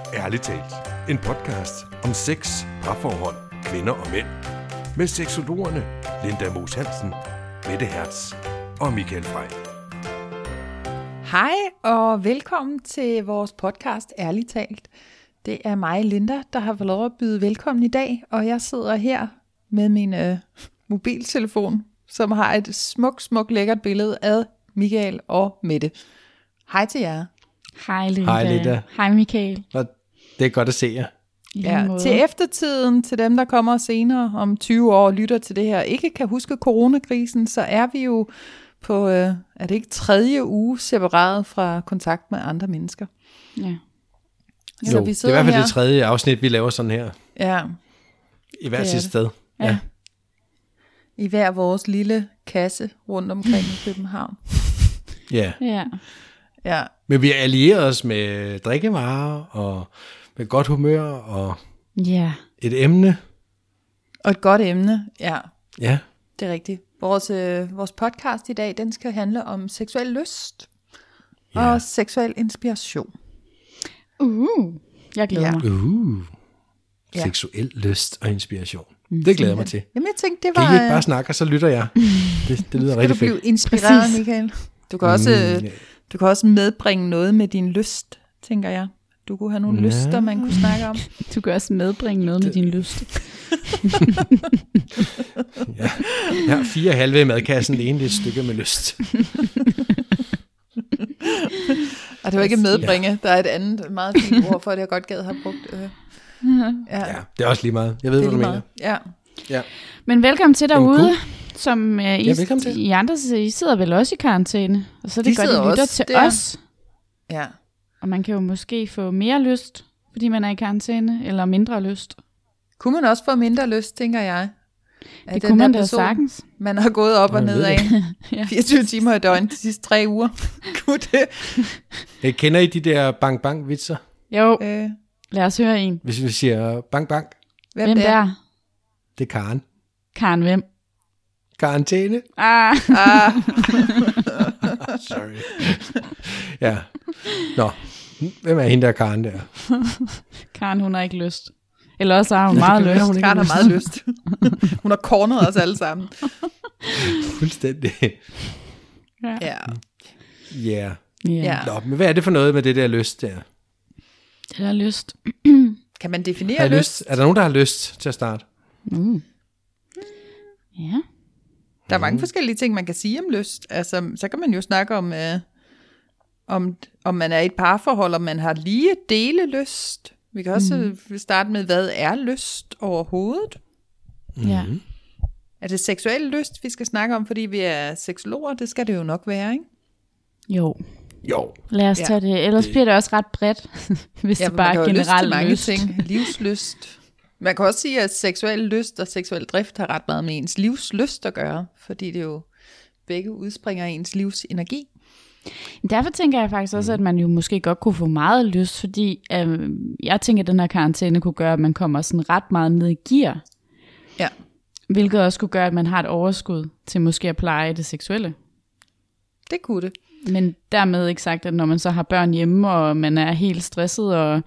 Ærligt talt. En podcast om sex, parforhold, kvinder og mænd. Med seksologerne Linda Moos Hansen, Mette Hertz og Michael Frey. Hej og velkommen til vores podcast Ærligt talt. Det er mig, Linda, der har fået lov at byde velkommen i dag, og jeg sidder her med min mobiltelefon, som har et smukt, lækkert billede af Michael og Mette. Hej til jer. Hej Linda. Hej Linda. Hej Michael. Det er godt at se jer. Ja, til eftertiden, til dem, der kommer senere om 20 år og lytter til det her, ikke kan huske coronakrisen, så er vi jo på, er det ikke 3. uge separeret fra kontakt med andre mennesker. Ja. Så Jo, vi det er i hvert fald her. det 3. afsnit, vi laver sådan her. Ja, I hvert Det er sit det. sted. Ja. i hver vores lille kasse rundt omkring i København. Ja. Ja. Ja, Men vi har allieret os med drikkevarer og med godt humør og Ja. et emne. og et godt emne. Ja, Ja. det er rigtigt. Vores podcast i dag, den skal handle om seksuel lyst Ja. og seksuel inspiration. Jeg glæder Ja. mig. Ja. Seksuel lyst og inspiration. Det glæder jeg mig til. Jamen, jeg tænkte, det Kan var... I ikke bare snakke, og så lytter jeg? Det lyder skal rigtig du fedt. blive inspireret, Præcis. Michael? Du kan også... Du kan også medbringe noget med din lyst, tænker jeg. Du kunne have nogle lyster, man kunne snakke om. Du kan også medbringe noget med din lyst. Ja. Jeg har 4 halve i madkassen, det ene et stykke med lyst. Og det var ikke medbringe. Der er et andet meget fint ord for det, jeg godt gad have brugt. Ja, Ja, det er også lige meget. Jeg ved, det er hvad du lige mener. meget. Ja. Ja. Men velkommen til Jamen, derude, cool. som velkommen til. I andre I sidder vel også i karantæne. Og så er det De godt, sidder I lytter også til der. os. Ja. Og man kan jo måske få mere lyst, fordi man er i karantæne, eller mindre lyst. Kunne man også få mindre lyst, tænker jeg. Af Det den kunne der man da person, sagtens. Man har gået op og Jeg ned ved af Ja. 24 timer i døgnet de sidste 3 uger. Kunne det? Kender I de der bang-bang-vitser? Jo, Øh, lad os høre en. Hvis vi siger bang-bang, Hvem det er? der? det er Karen. Karen hvem? Karantæne. Ah, Sorry. Ja. Nå, hvem er hende der Karen der? Karen hun har ikke lyst. Eller også har hun Nå, det meget kan være, lyst. hun ikke Karen har meget lyst. Hun har cornet os alle sammen. Fuldstændig. Ja. Ja. Ja. Ja. Nå, men hvad er det for noget med det der lyst der? Det er lyst. Kan man definere Har I lyst? Er der nogen, der har lyst til at starte? Ja. Der er mange forskellige ting, man kan sige om lyst. Altså, så kan man jo snakke om man er i et parforhold, og man har lige dele lyst. Vi kan også starte med, hvad er lyst overhovedet? Ja. Er det seksuel lyst, vi skal snakke om, fordi vi er seksologer? Det skal det jo nok være, ikke? Jo. Jo. Lad os tage det. Ellers bliver det også ret bredt, hvis det bare er lyst til generelt mange lyst. ting. Livslyst. Man kan også sige, at seksuel lyst og seksuel drift har ret meget med ens livslyst at gøre, fordi det jo begge udspringer af ens livsenergi. Derfor tænker jeg faktisk også, at man jo måske godt kunne få meget lyst, fordi jeg tænker, at den her karantæne kunne gøre, at man kommer sådan ret meget ned i gear. Ja. Hvilket også kunne gøre, at man har et overskud til måske at pleje det seksuelle. Det kunne det. Men dermed ikke sagt, at når man så har børn hjemme, og man er helt stresset, og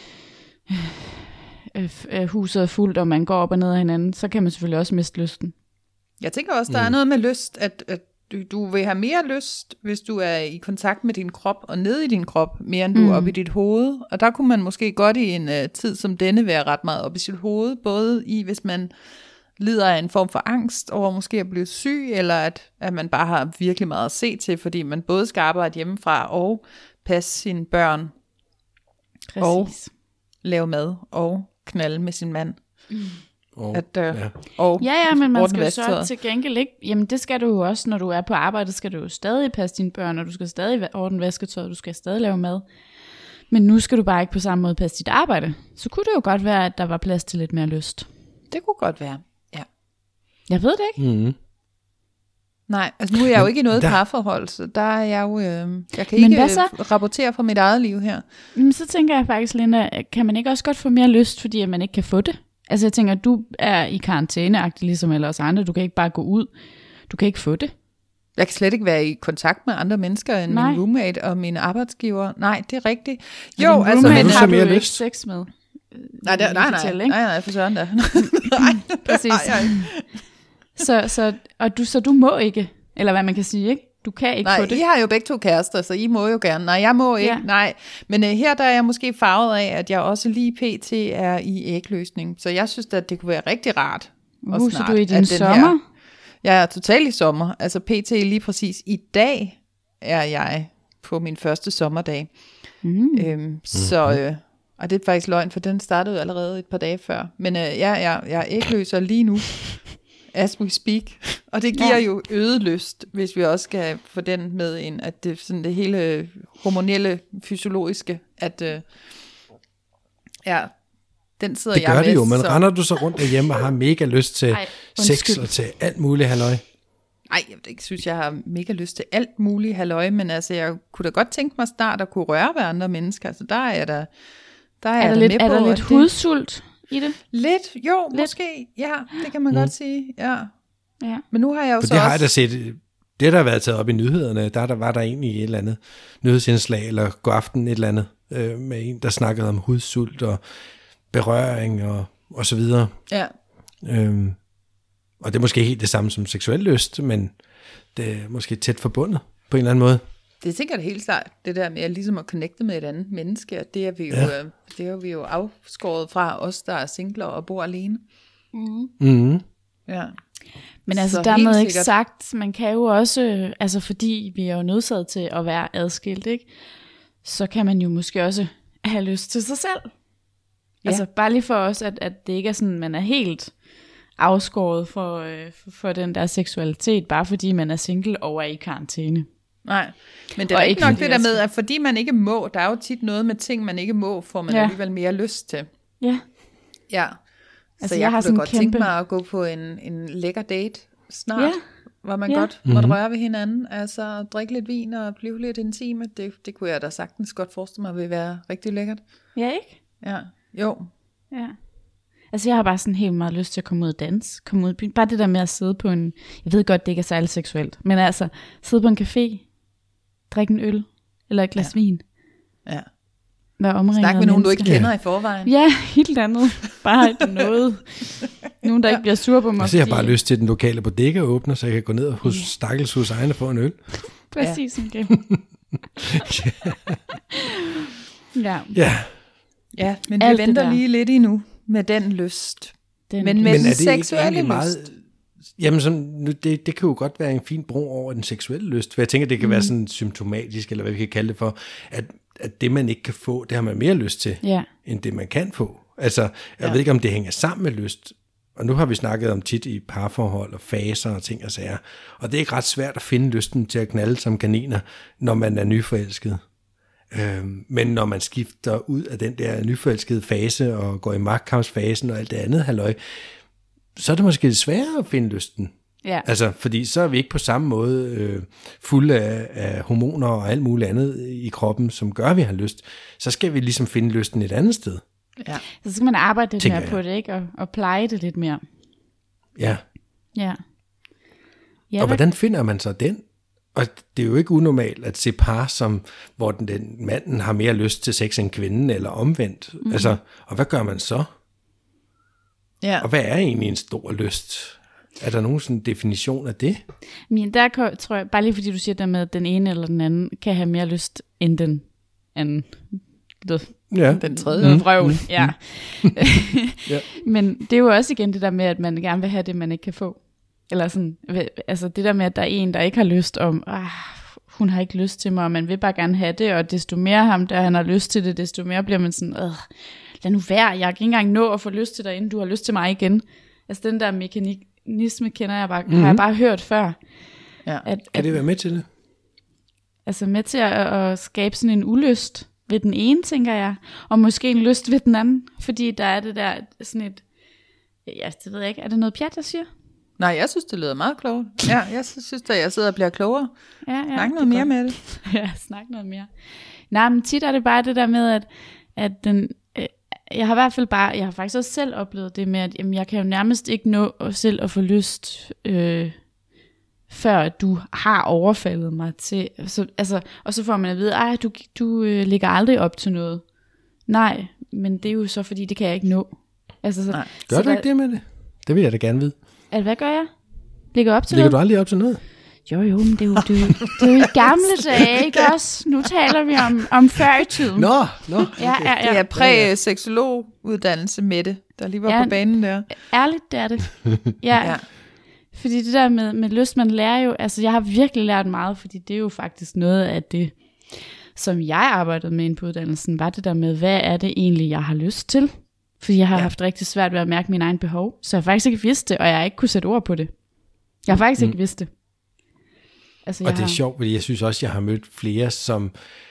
huset er fuldt, og man går op og ned af hinanden, så kan man selvfølgelig også miste lysten. Jeg tænker også, der er noget med lyst, at du vil have mere lyst, hvis du er i kontakt med din krop og nede i din krop, mere end du er oppe i dit hoved. Og der kunne man måske godt i en tid som denne være ret meget oppe i sit hoved, både i, hvis man lider af en form for angst over måske at blive syg, eller at man bare har virkelig meget at se til, fordi man både skal arbejde hjemmefra og passe sine børn, Præcis. lave mad og knalde med sin mand. Og, Og Ja, men man ordne skal jo vasketøjet. så til gengæld ikke, jamen det skal du jo også, når du er på arbejde, skal du jo stadig passe dine børn, og du skal stadig ordne vasketøjet, du skal stadig lave mad. Men nu skal du bare ikke på samme måde passe dit arbejde. Så kunne det jo godt være, at der var plads til lidt mere lyst. Det kunne godt være, ja. Jeg ved det ikke. Mm. Nej, altså nu er jeg jo ikke i noget der- parforhold, så der er jeg jo, jeg kan Men ikke hvad så? rapportere fra mit eget liv her. Men så tænker jeg faktisk, Linda, kan man ikke også godt få mere lyst, fordi at man ikke kan få det? Altså jeg tænker, du er i karantæneagtig ligesom alle os andre, du kan ikke bare gå ud, du kan ikke få det. Jeg kan slet ikke være i kontakt med andre mennesker end Nej. min roommate og mine arbejdsgiver. Nej, det er rigtigt. Jo, Jo, altså... men du så har du mere jo ikke lyst? sex med. Nej, for søren da. Præcis. Så du må ikke, eller hvad man kan sige, ikke? Du kan ikke få Nej, det. I har jo begge to kærester, så I må jo gerne. Nej, jeg må ikke. Ja. Nej, men her der er jeg måske farvet af, at jeg også lige pt. Er i ægløsning. Så jeg synes, at det kunne være rigtig rart. Og Så snart, du er i at din den sommer? Her, jeg er totalt i sommer. Altså pt. Lige præcis i dag er jeg på min første sommerdag. Og det er faktisk løgn, for den startede jo allerede et par dage før. Men jeg er ægløser lige nu, as we speak. Og det giver jo øget lyst, hvis vi også skal få den med ind, at det sådan det hele hormonelle, fysiologiske, at den sidder Det jeg gør med. det jo, men så... render du så rundt derhjemme og har mega lyst til sex og til alt muligt halløj? Nej, jeg synes, jeg har mega lyst til alt muligt halløj, men altså, jeg kunne da godt tænke mig snart at kunne røre ved andre mennesker. Altså, der er jeg da Er der lidt hudsult i det? Lidt, jo, lidt. Måske. Ja, det kan man godt sige. Ja. Men nu har jeg jo For så det har også... jeg da set, det der har været taget op i nyhederne, var der egentlig et eller andet nyhedsindslag, eller godaften et eller andet, med en, der snakkede om hudsult og berøring og så videre. Ja. Og det er måske helt det samme som seksuel lyst, men det er måske tæt forbundet på en eller anden måde. Det er sikkert helt klart, det der med at ligesom at connecte med et andet menneske, og det er vi jo, det er vi jo afskåret fra os, der er singler og bor alene. Mm-hmm. Ja. Men altså, Så dermed helt ikke sikkert. sagt, man kan jo også, altså fordi vi er jo nødsaget til at være adskilt, ikke? Så kan man jo måske også have lyst til sig selv. Ja. Altså bare lige for os, at det ikke er sådan, man er helt afskåret for den der seksualitet, bare fordi man er single og er i karantæne. Nej, men det er Og ikke ikke nok fordi det der jeg med, skal- at fordi man ikke må, der er jo tit noget med ting, man ikke må, får man alligevel mere lyst til. Ja. Ja, Altså, så jeg har kunne da sådan godt kæmpe- tænke mig at gå på en lækker date snart, Ja. hvor man Ja. godt måtte røre ved hinanden, altså drikke lidt vin og blive lidt intime, det kunne jeg da sagtens godt forestille mig vil være rigtig lækkert. Ja, ikke? Ja, jo. Ja. Altså, jeg har bare sådan helt meget lyst til at komme ud og danse, komme ud i byen. Bare det der med at sidde på en, jeg ved godt, det ikke er særlig seksuelt, men altså, sidde på en café, drikke en øl, eller et glas vin, Ja. være omringet Snak af med nogen, du ikke mennesker. kender i forvejen. Ja, helt andet. Bare noget. Nogen, der ikke bliver sur på mig. Så jeg har fordi- bare lyst til, at den lokale bodega åbner, så jeg kan gå ned hos stakkels hos egen og få en øl. Præcis som det. Ja. Ja, Ja, men Alt vi det venter der. lige lidt endnu med den lyst. Den Men med men den er det ikke seksuelle egentlig lyst. meget... Jamen, det kan jo godt være en fin bro over den seksuelle lyst, for jeg tænker, det kan være sådan symptomatisk, eller hvad vi kan kalde det for, at det, man ikke kan få, det har man mere lyst til, Ja. end det, man kan få. Altså, jeg ved ikke, om det hænger sammen med lyst, og nu har vi snakket om tit i parforhold og faser og ting og sager, og det er ikke ret svært at finde lysten til at knalde som kaniner, når man er nyforelsket. Men når man skifter ud af den der nyforelskede fase og går i magtkampsfasen og alt det andet halløj, så er det måske sværere at finde lysten. Ja. Altså, fordi så er vi ikke på samme måde fulde af hormoner og alt muligt andet i kroppen, som gør, at vi har lyst. Så skal vi ligesom finde lysten et andet sted. Ja. Så skal man arbejde lidt Tænker mere på jeg. det, ikke? Og pleje det lidt mere. Ja. Ja. Ja, Og hvordan finder man så den? Og det er jo ikke unormalt at se par, hvor den manden har mere lyst til sex end kvinden, eller omvendt. Altså, og hvad gør man så? Ja. Og hvad er egentlig en stor lyst? Er der nogen sådan definition af det? Men der tror jeg, bare lige fordi du siger der med, at den ene eller den anden kan have mere lyst end den anden. Ja. Den tredje. Noget vrøvl, ja. Ja. Men det er jo også igen det der med, at man gerne vil have det, man ikke kan få. Eller sådan, altså det der med, at der er en, der ikke har lyst om, hun har ikke lyst til mig, og man vil bare gerne have det, og desto mere ham, der han har lyst til det, desto mere bliver man sådan, lad nu være, jeg kan ikke engang nå at få lyst til dig, inden du har lyst til mig igen. Altså den der mekanisme kender jeg bare, har jeg bare hørt før. Ja. Kan det være med til det? Altså med til at skabe sådan en ulyst ved den ene, tænker jeg, og måske en lyst ved den anden, fordi der er det der sådan et, ja, det ved jeg ikke, er det noget pjat, jeg siger? Nej, jeg synes, det lyder meget klogt. Ja, jeg synes at jeg sidder og bliver klogere. Ja, Snak noget mere med det. Ja, snak noget mere. Nej, men tit er det bare det der med, at den, jeg har i hvert fald bare, jeg har faktisk også selv oplevet det med, at jamen, jeg kan jo nærmest ikke nå selv at få lyst før du har overfaldet mig til, og så får man at vide, du ligger aldrig op til noget. Nej, men det er jo så, fordi det kan jeg ikke nå. Altså, gør du ikke det med det? Det vil jeg da gerne vide. Hvad gør jeg? Ligger op til Ligger noget? du aldrig op til noget? Jo, men det er jo i gamle dage, ikke også? Nu taler vi om før i tiden. Nå. Ja. Det er præ-seksologuddannelse med det, der lige var på banen der. Ærligt, det er det. Ja. Fordi det der med lyst, man lærer jo, altså jeg har virkelig lært meget, fordi det er jo faktisk noget af det, som jeg arbejdede med på uddannelsen, var det der med, hvad er det egentlig, jeg har lyst til? Fordi jeg har haft rigtig svært ved at mærke mine egne behov, så jeg faktisk ikke vidste det, og jeg har ikke kunne sætte ord på det. Jeg har faktisk ikke vidst det. Altså, og det er sjovt, fordi jeg synes også, jeg har mødt flere, som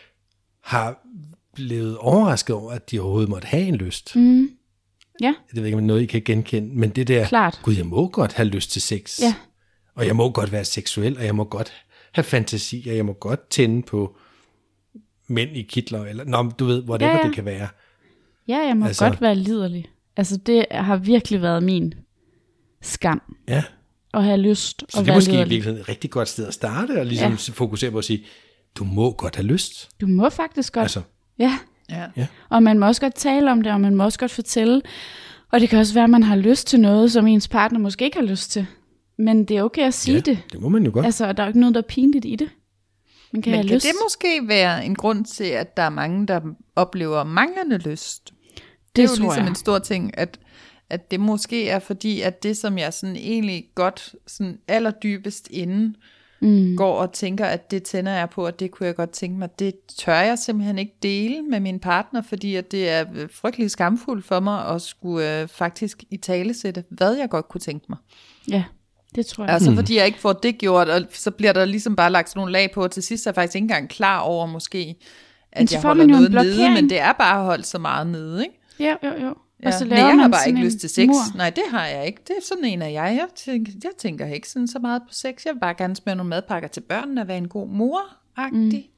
har blevet overrasket over, at de overhovedet måtte have en lyst. Ja. Det ved ikke, om det er noget, I kan genkende, men det der, klart. Gud, jeg må godt have lyst til sex. Ja. Og jeg må godt være seksuel, og jeg må godt have fantasi, og jeg må godt tænde på mænd i kitler, eller du ved, whatever det kan være. Ja, jeg må godt være liderlig. Altså, det har virkelig været min skam. Ja. At have lyst så at det er være måske liderlig. virkelig et rigtig godt sted at starte, og ligesom fokusere på at sige, du må godt have lyst. Du må faktisk godt. Altså. Ja. Ja. Og man må også godt tale om det, og man må også godt fortælle. Og det kan også være, at man har lyst til noget, som ens partner måske ikke har lyst til. Men det er okay at sige det. Det må man jo godt. Altså, der er jo ikke noget, der er pinligt i det. Man kan have kan lyst. Det måske være en grund til, at der er mange, der oplever manglende lyst? Det er jo tror ligesom jeg. en stor ting, at det måske er fordi, at det, som jeg sådan egentlig godt sådan allerdybest inden går og tænker, at det tænder jeg på, og det kunne jeg godt tænke mig, det tør jeg simpelthen ikke dele med min partner, fordi at det er frygtelig skamfuldt for mig at skulle faktisk italesætte, hvad jeg godt kunne tænke mig. Ja, det tror jeg. Altså fordi jeg ikke får det gjort, og så bliver der ligesom bare lagt sådan nogle lag på, og til sidst er jeg faktisk ikke engang klar over måske, at jeg holder noget nede, men det er bare holdt så meget nede, ikke? Jo. Ja. Og så Nej, jeg har bare ikke lyst til sex. Mur. Nej, det har jeg ikke. Det er sådan en af jeg. Jeg tænker ikke sådan så meget på sex. Jeg vil bare gerne smøre nogle madpakker til børnene og være en god mor-agtig.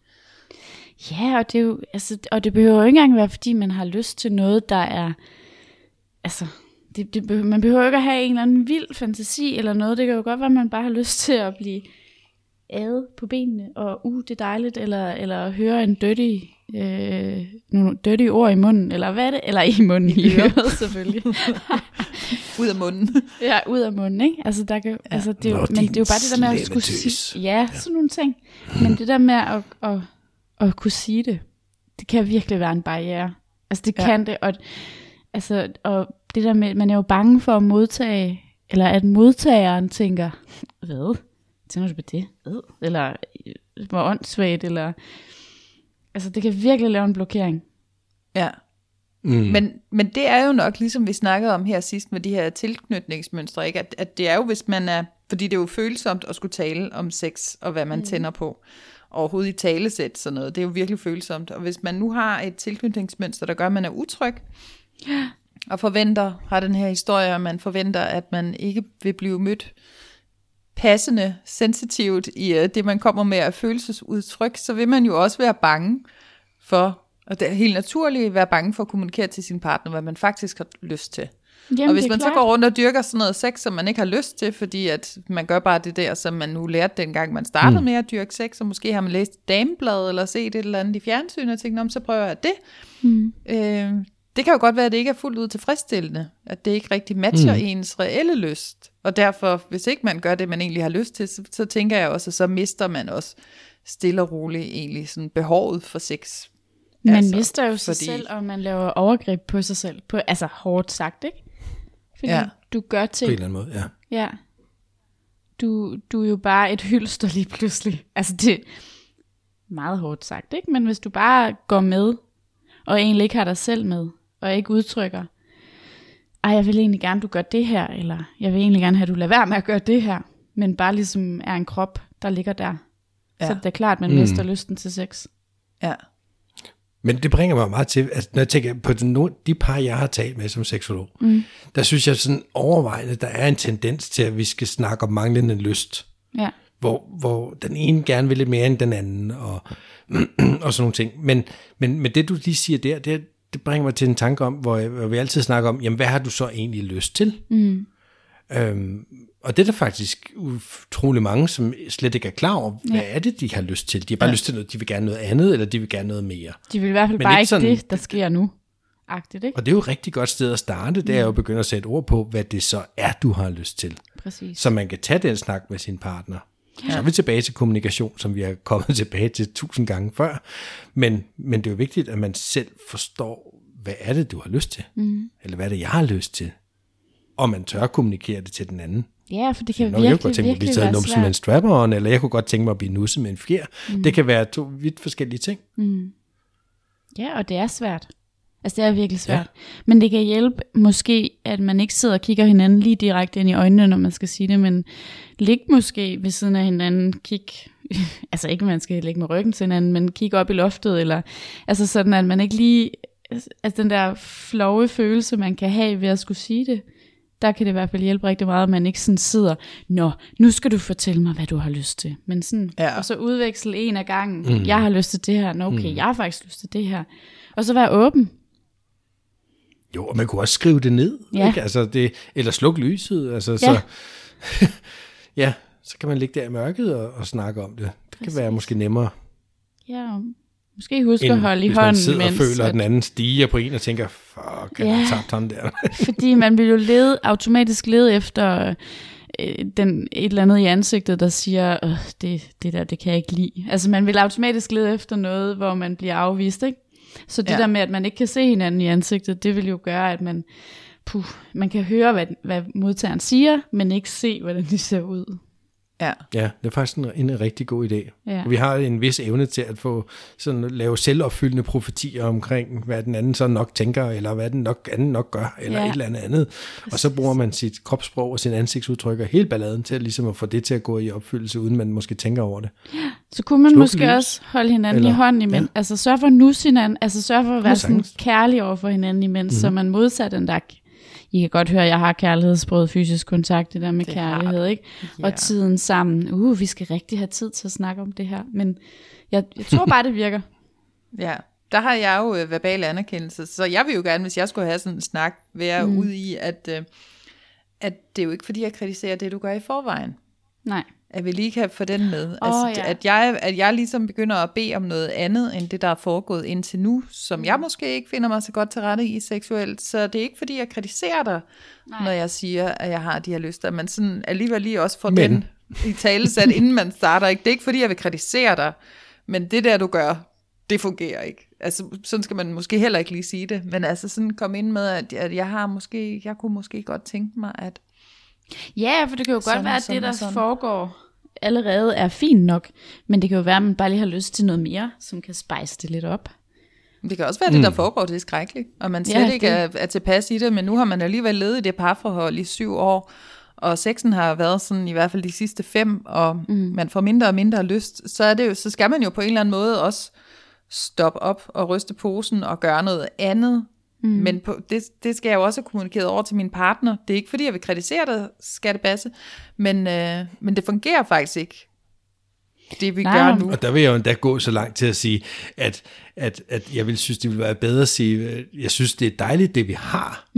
Ja, og det er jo, altså, og det behøver jo ikke engang være, fordi man har lyst til noget, der er, altså, man behøver ikke at have en eller anden vild fantasi eller noget. Det kan jo godt være, at man bare har lyst til at blive ædet på benene, og det er dejligt, eller høre en nogle dirty ord i munden, eller hvad er det? Eller i munden, i øret selvfølgelig. Ud af munden. Ja, ud af munden, ikke? Altså, der kan, altså det er jo, men det er jo bare det der med at skulle sige, sådan nogle ting. Men det der med at kunne sige det, det kan virkelig være en barriere. Altså, det kan det, og det der med, man er jo bange for at modtage, eller at modtageren tænker, hvad? Tænker du på det? Eller hvor åndssvagt, eller altså det kan virkelig lave en blokering. Ja. Men det er jo nok, ligesom vi snakkede om her sidst med de her tilknytningsmønstre, ikke? At det er jo, hvis man er, fordi det er jo følsomt at skulle tale om sex og hvad man tænder på, overhovedet i talesæt sådan noget, det er jo virkelig følsomt. Og hvis man nu har et tilknytningsmønster, der gør, at man er utryg, og har den her historie, og man forventer, at man ikke vil blive mødt passende, sensitivt i det, man kommer med af følelsesudtryk, så vil man jo også være bange for, og det er helt naturligt, være bange for at kommunikere til sin partner, hvad man faktisk har lyst til. Jamen, og hvis man så går rundt og dyrker sådan noget sex, som man ikke har lyst til, fordi at man gør bare det der, som man nu lærte dengang, man startede med at dyrke sex, og måske har man læst et dameblad, eller set et eller andet i fjernsynet, og tænkt, så prøver jeg det. Det kan jo godt være, at det ikke er fuldt ud tilfredsstillende, at det ikke rigtig matcher ens reelle lyst. Og derfor, hvis ikke man gør det, man egentlig har lyst til, så tænker jeg også, at så mister man også stille og roligt egentlig sådan behovet for sex. Man mister jo sig selv, og man laver overgreb på sig selv, altså hårdt sagt, ikke? Fordi du gør ting. På en eller anden måde, Ja. Du er jo bare et hylster lige pludselig. Altså det er meget hårdt sagt, ikke? Men hvis du bare går med, og egentlig ikke har dig selv med, og ikke udtrykker, jeg vil egentlig gerne, du gør det her, eller jeg vil egentlig gerne have, du lader være med at gøre det her, men bare ligesom er en krop, der ligger der. Så det er klart, at man mister lysten til sex. Ja. Men det bringer mig meget til, at når jeg tænker på de par, jeg har talt med som seksolog, der synes jeg sådan overvejende, der er en tendens til, at vi skal snakke om manglende lyst. Ja. Hvor den ene gerne vil lidt mere end den anden, og sådan nogle ting. Men det, du lige siger der, det bringer mig til en tanke om, hvor vi altid snakker om, jamen hvad har du så egentlig lyst til? Og det er der faktisk utrolig mange, som slet ikke er klar over, hvad er det, de har lyst til. De har bare lyst til noget, de vil gerne noget andet, eller de vil gerne noget mere. De vil i hvert fald bare ikke sådan, det, der sker nu. Agtigt, ikke? Og det er jo et rigtig godt sted at starte, det er jo at begynde at sætte ord på, hvad det så er, du har lyst til. Præcis. Så man kan tage den snak med sin partner. Ja. Så er vi tilbage til kommunikation, som vi har kommet tilbage til 1000 gange før. Men det er jo vigtigt, at man selv forstår, hvad er det, du har lyst til? Eller hvad er det, jeg har lyst til? Og man tør kommunikere det til den anden. Ja, for det kan virkelig, jeg kunne godt tænke mig at blive taget numse med en strap-on, eller jeg kunne godt tænke mig at blive nusset med en fjer. Det kan være 2 vidt forskellige ting. Ja, og det er svært. Altså det er virkelig svært. Ja. Men det kan hjælpe måske, at man ikke sidder og kigger hinanden lige direkte ind i øjnene, når man skal sige det, men lig måske ved siden af hinanden, kig, altså ikke, at man skal ligge med ryggen til hinanden, men kig op i loftet, eller altså sådan, at man ikke lige, altså den der flove følelse, man kan have ved at skulle sige det, der kan det i hvert fald hjælpe rigtig meget, at man ikke sådan sidder, nu skal du fortælle mig, hvad du har lyst til. Men sådan, og så udveksle en af gangen, jeg har lyst til det her, okay, jeg har faktisk lyst til det her. Og så være åben. Jo, og man kunne også skrive det ned, ikke? Altså det, eller slukke lyset, altså så, så kan man ligge der i mørket og snakke om det. Det kan være måske nemmere. Ja, måske huske at holde i hånden, hvis man sidder og føler, at den anden stiger på en og tænker, fuck, jeg har tabt ham der. Fordi man vil jo automatisk lede efter et eller andet i ansigtet, der siger, det der, det kan jeg ikke lide. Altså man vil automatisk lede efter noget, hvor man bliver afvist, ikke? Så det der med, at man ikke kan se hinanden i ansigtet, det vil jo gøre, at man kan høre, hvad modtageren siger, men ikke se, hvordan de ser ud. Ja, det er faktisk en rigtig god idé. Ja. Vi har en vis evne til at lave selvopfyldende profetier omkring, hvad den anden så nok tænker, eller hvad den anden nok gør, eller et eller andet. Og så bruger man sit kropssprog og sin ansigtsudtryk og hele balladen til ligesom at få det til at gå i opfyldelse, uden man måske tænker over det. Ja. Så kunne man måske også holde hinanden i hånden imens. Altså sørge for at nusse hinanden, altså sørge for at være sådan kærlig over for hinanden imens, så man modsat den der. I kan godt høre, at jeg har kærlighedssproget fysisk kontakt, det der med kærlighed, ikke? Yeah. Og tiden sammen. Vi skal rigtig have tid til at snakke om det her. Men jeg tror bare, det virker. Ja, der har jeg jo verbal anerkendelse. Så jeg vil jo gerne, hvis jeg skulle have sådan en snak, være ude i, at det er jo ikke fordi, jeg kritiserer det, du gør i forvejen. Nej. At vi lige kan få den med. At jeg ligesom begynder at bede om noget andet, end det, der er foregået indtil nu, som jeg måske ikke finder mig så godt til rette i seksuelt. Så det er ikke, fordi jeg kritiserer dig, når jeg siger, at jeg har de her lyster. Men sådan alligevel lige også får den i talesat, inden man starter. Ikke? Det er ikke, fordi jeg vil kritisere dig, men det der, du gør, det fungerer ikke. Altså, sådan skal man måske heller ikke lige sige det. Men altså sådan komme ind med, at jeg kunne måske godt tænke mig, at ja, for det kan jo godt være, at det, der foregår allerede er fint nok, men det kan jo være, at man bare lige har lyst til noget mere, som kan spice det lidt op. Det kan også være, at det, der foregår, det er skrækkeligt, og man slet ikke er tilpas i det, men nu har man alligevel levet i det parforhold i 7 år, og sexen har været sådan i hvert fald de sidste 5, og man får mindre og mindre lyst, så skal man jo på en eller anden måde også stoppe op og ryste posen og gøre noget andet. Men det skal jeg jo også have kommunikeret over til min partner. Det er ikke fordi, jeg vil kritisere det, skal det passe, men det fungerer faktisk ikke, det vi gør nu. Og der vil jeg jo endda gå så langt til at sige, at jeg vil synes, det ville være bedre at sige, jeg synes, det er dejligt, det vi har,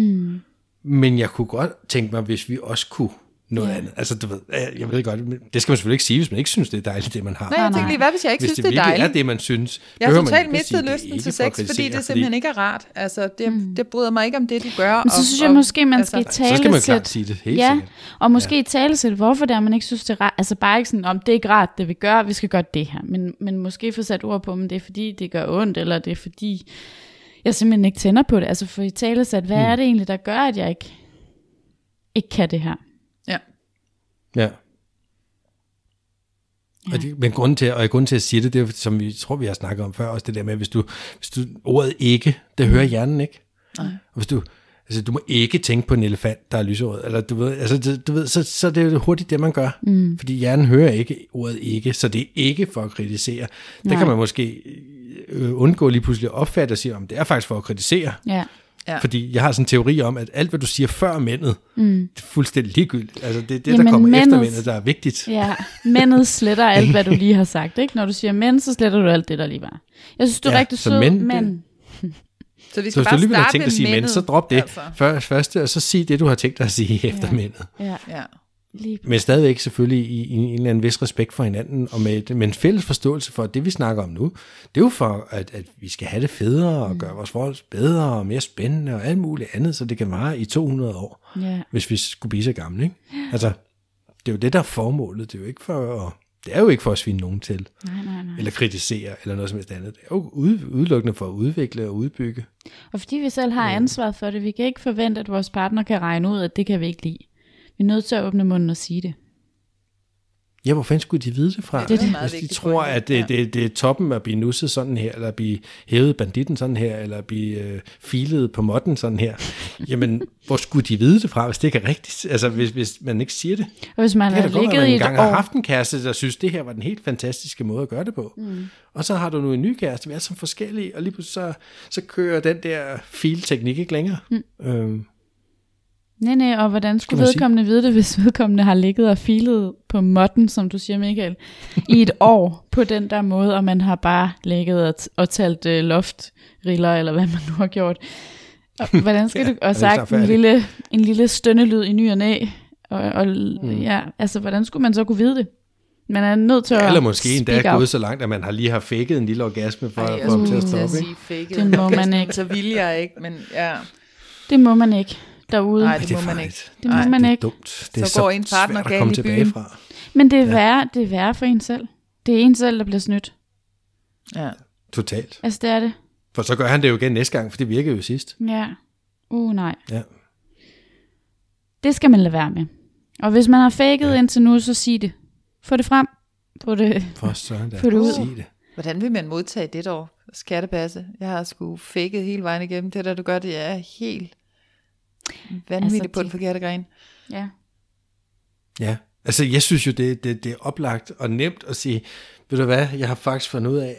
men jeg kunne godt tænke mig, hvis vi også kunne noget andet. Altså, du ved, jeg ved godt, det skal man selvfølgelig ikke sige, hvis man ikke synes, det er dejligt, det man har. Nej, jeg tænker lige, hvad hvis jeg ikke synes, det er dejligt? Hvis det virkelig er det, man synes. Jeg har totalt mistet lysten til sex, fordi det simpelthen ikke er rart. Altså, det bryder mig ikke om det, du gør. Men så synes jeg måske, man skal talesætte. Så skal man klart sige det, helt sikkert. Og måske talesætte, hvorfor det er, man ikke synes, det er rart. Altså, bare ikke sådan, om det er ikke rart, det vi gør, vi skal gøre det her. Men måske få sat ord på, om det er fordi, det gør ondt, eller det er fordi, jeg simpelthen ikke tænder på det. Altså, for i talesætte, hvad er det egentlig, der gør, at jeg ikke kan det her? Ja. Men grunden til at sige det, det er, som vi tror, vi har snakket om før, også det der med, hvis du ordet ikke, det hører hjernen ikke. Nej. Og hvis du må ikke tænke på en elefant, der er lyserød, eller du ved, så er det jo hurtigt det, man gør. Fordi hjernen hører ikke ordet ikke, så det er ikke for at kritisere. Der kan man måske undgå lige pludselig at opfatte og sige, om det er faktisk for at kritisere. Ja. Ja. Fordi jeg har sådan en teori om, at alt, hvad du siger før mændet, det er fuldstændig ligegyldigt. Altså det der kommer efter mændet, der er vigtigt. Ja, mændet sletter alt, hvad du lige har sagt. Ikke? Når du siger mænd, så sletter du alt det, der lige var. Jeg synes, du er rigtig sød, men... Så vi skal bare starte med tænkt at sige mænd, så drop det første, og så sig det, du har tænkt dig at sige efter mændet. Ja. Men stadigvæk selvfølgelig i en eller anden vis respekt for hinanden, og med en fælles forståelse for, at det vi snakker om nu, det er jo for, at vi skal have det federe, og gøre vores forhold bedre, og mere spændende, og alt muligt andet, så det kan vare i 200 år, hvis vi skulle blive så gamle, ikke? Altså, det er jo det, der er formålet, det er jo ikke for at svine nogen til, nej. eller kritisere, eller noget som helst andet. Det er jo udelukkende for at udvikle og udbygge. Og fordi vi selv har ansvaret for det, vi kan ikke forvente, at vores partner kan regne ud, at det kan vi ikke lide. Vi er nødt til at åbne munden og sige det. Ja, hvor fanden skulle de vide det fra? Det er meget Hvis de tror, at det er toppen at blive nusset sådan her, eller blive hævet banditten sådan her, eller blive filet på måtten sådan her. Jamen, hvor skulle de vide det fra, hvis det ikke er rigtigt? Altså, hvis man ikke siger det. Og hvis man har ligget i et år. har haft en kæreste, der synes, det her var den helt fantastiske måde at gøre det på. Og så har du nu en ny kæreste, vi er så forskellige, og lige pludselig så kører den der filteknik ikke længere. Nej, og hvordan skulle vedkommende vide det, hvis vedkommende har ligget og filet på måtten, som du siger, Michael, i et år på den der måde, og man har bare ligget og talt loftriller, eller hvad man nu har gjort. Og hvordan skal du og sagt en lille stønnelyd i ny og næ, altså hvordan skulle man så kunne vide det? Man er nødt til at eller måske endda gået så langt, at man har lige faked en lille orgasme for at få dem til at stoppe. Det må man ikke. Så vil jeg ikke, men ja. Det må man ikke derude. Nej, det må man ikke. Det må man ikke. Dumt. Det er så går en partner galt i byen. Fra. Men det er værre for en selv. Det er en selv, der bliver snydt. Ja. Totalt. Altså, det er det. For så gør han det jo igen næste gang, for det virkede jo sidst. Ja. Nej. Ja. Det skal man lade være med. Og hvis man har faked indtil nu, så sig det. Få det frem. Få det ud. Sig det. Hvordan vil man modtage det dog, skattebasse? Jeg har sgu faket hele vejen igennem. Det der, du gør, det er helt vanvittigt altså, på den forkerte gren. Ja. Ja, altså jeg synes jo, det er oplagt og nemt at sige, ved du hvad, jeg har faktisk fundet ud af,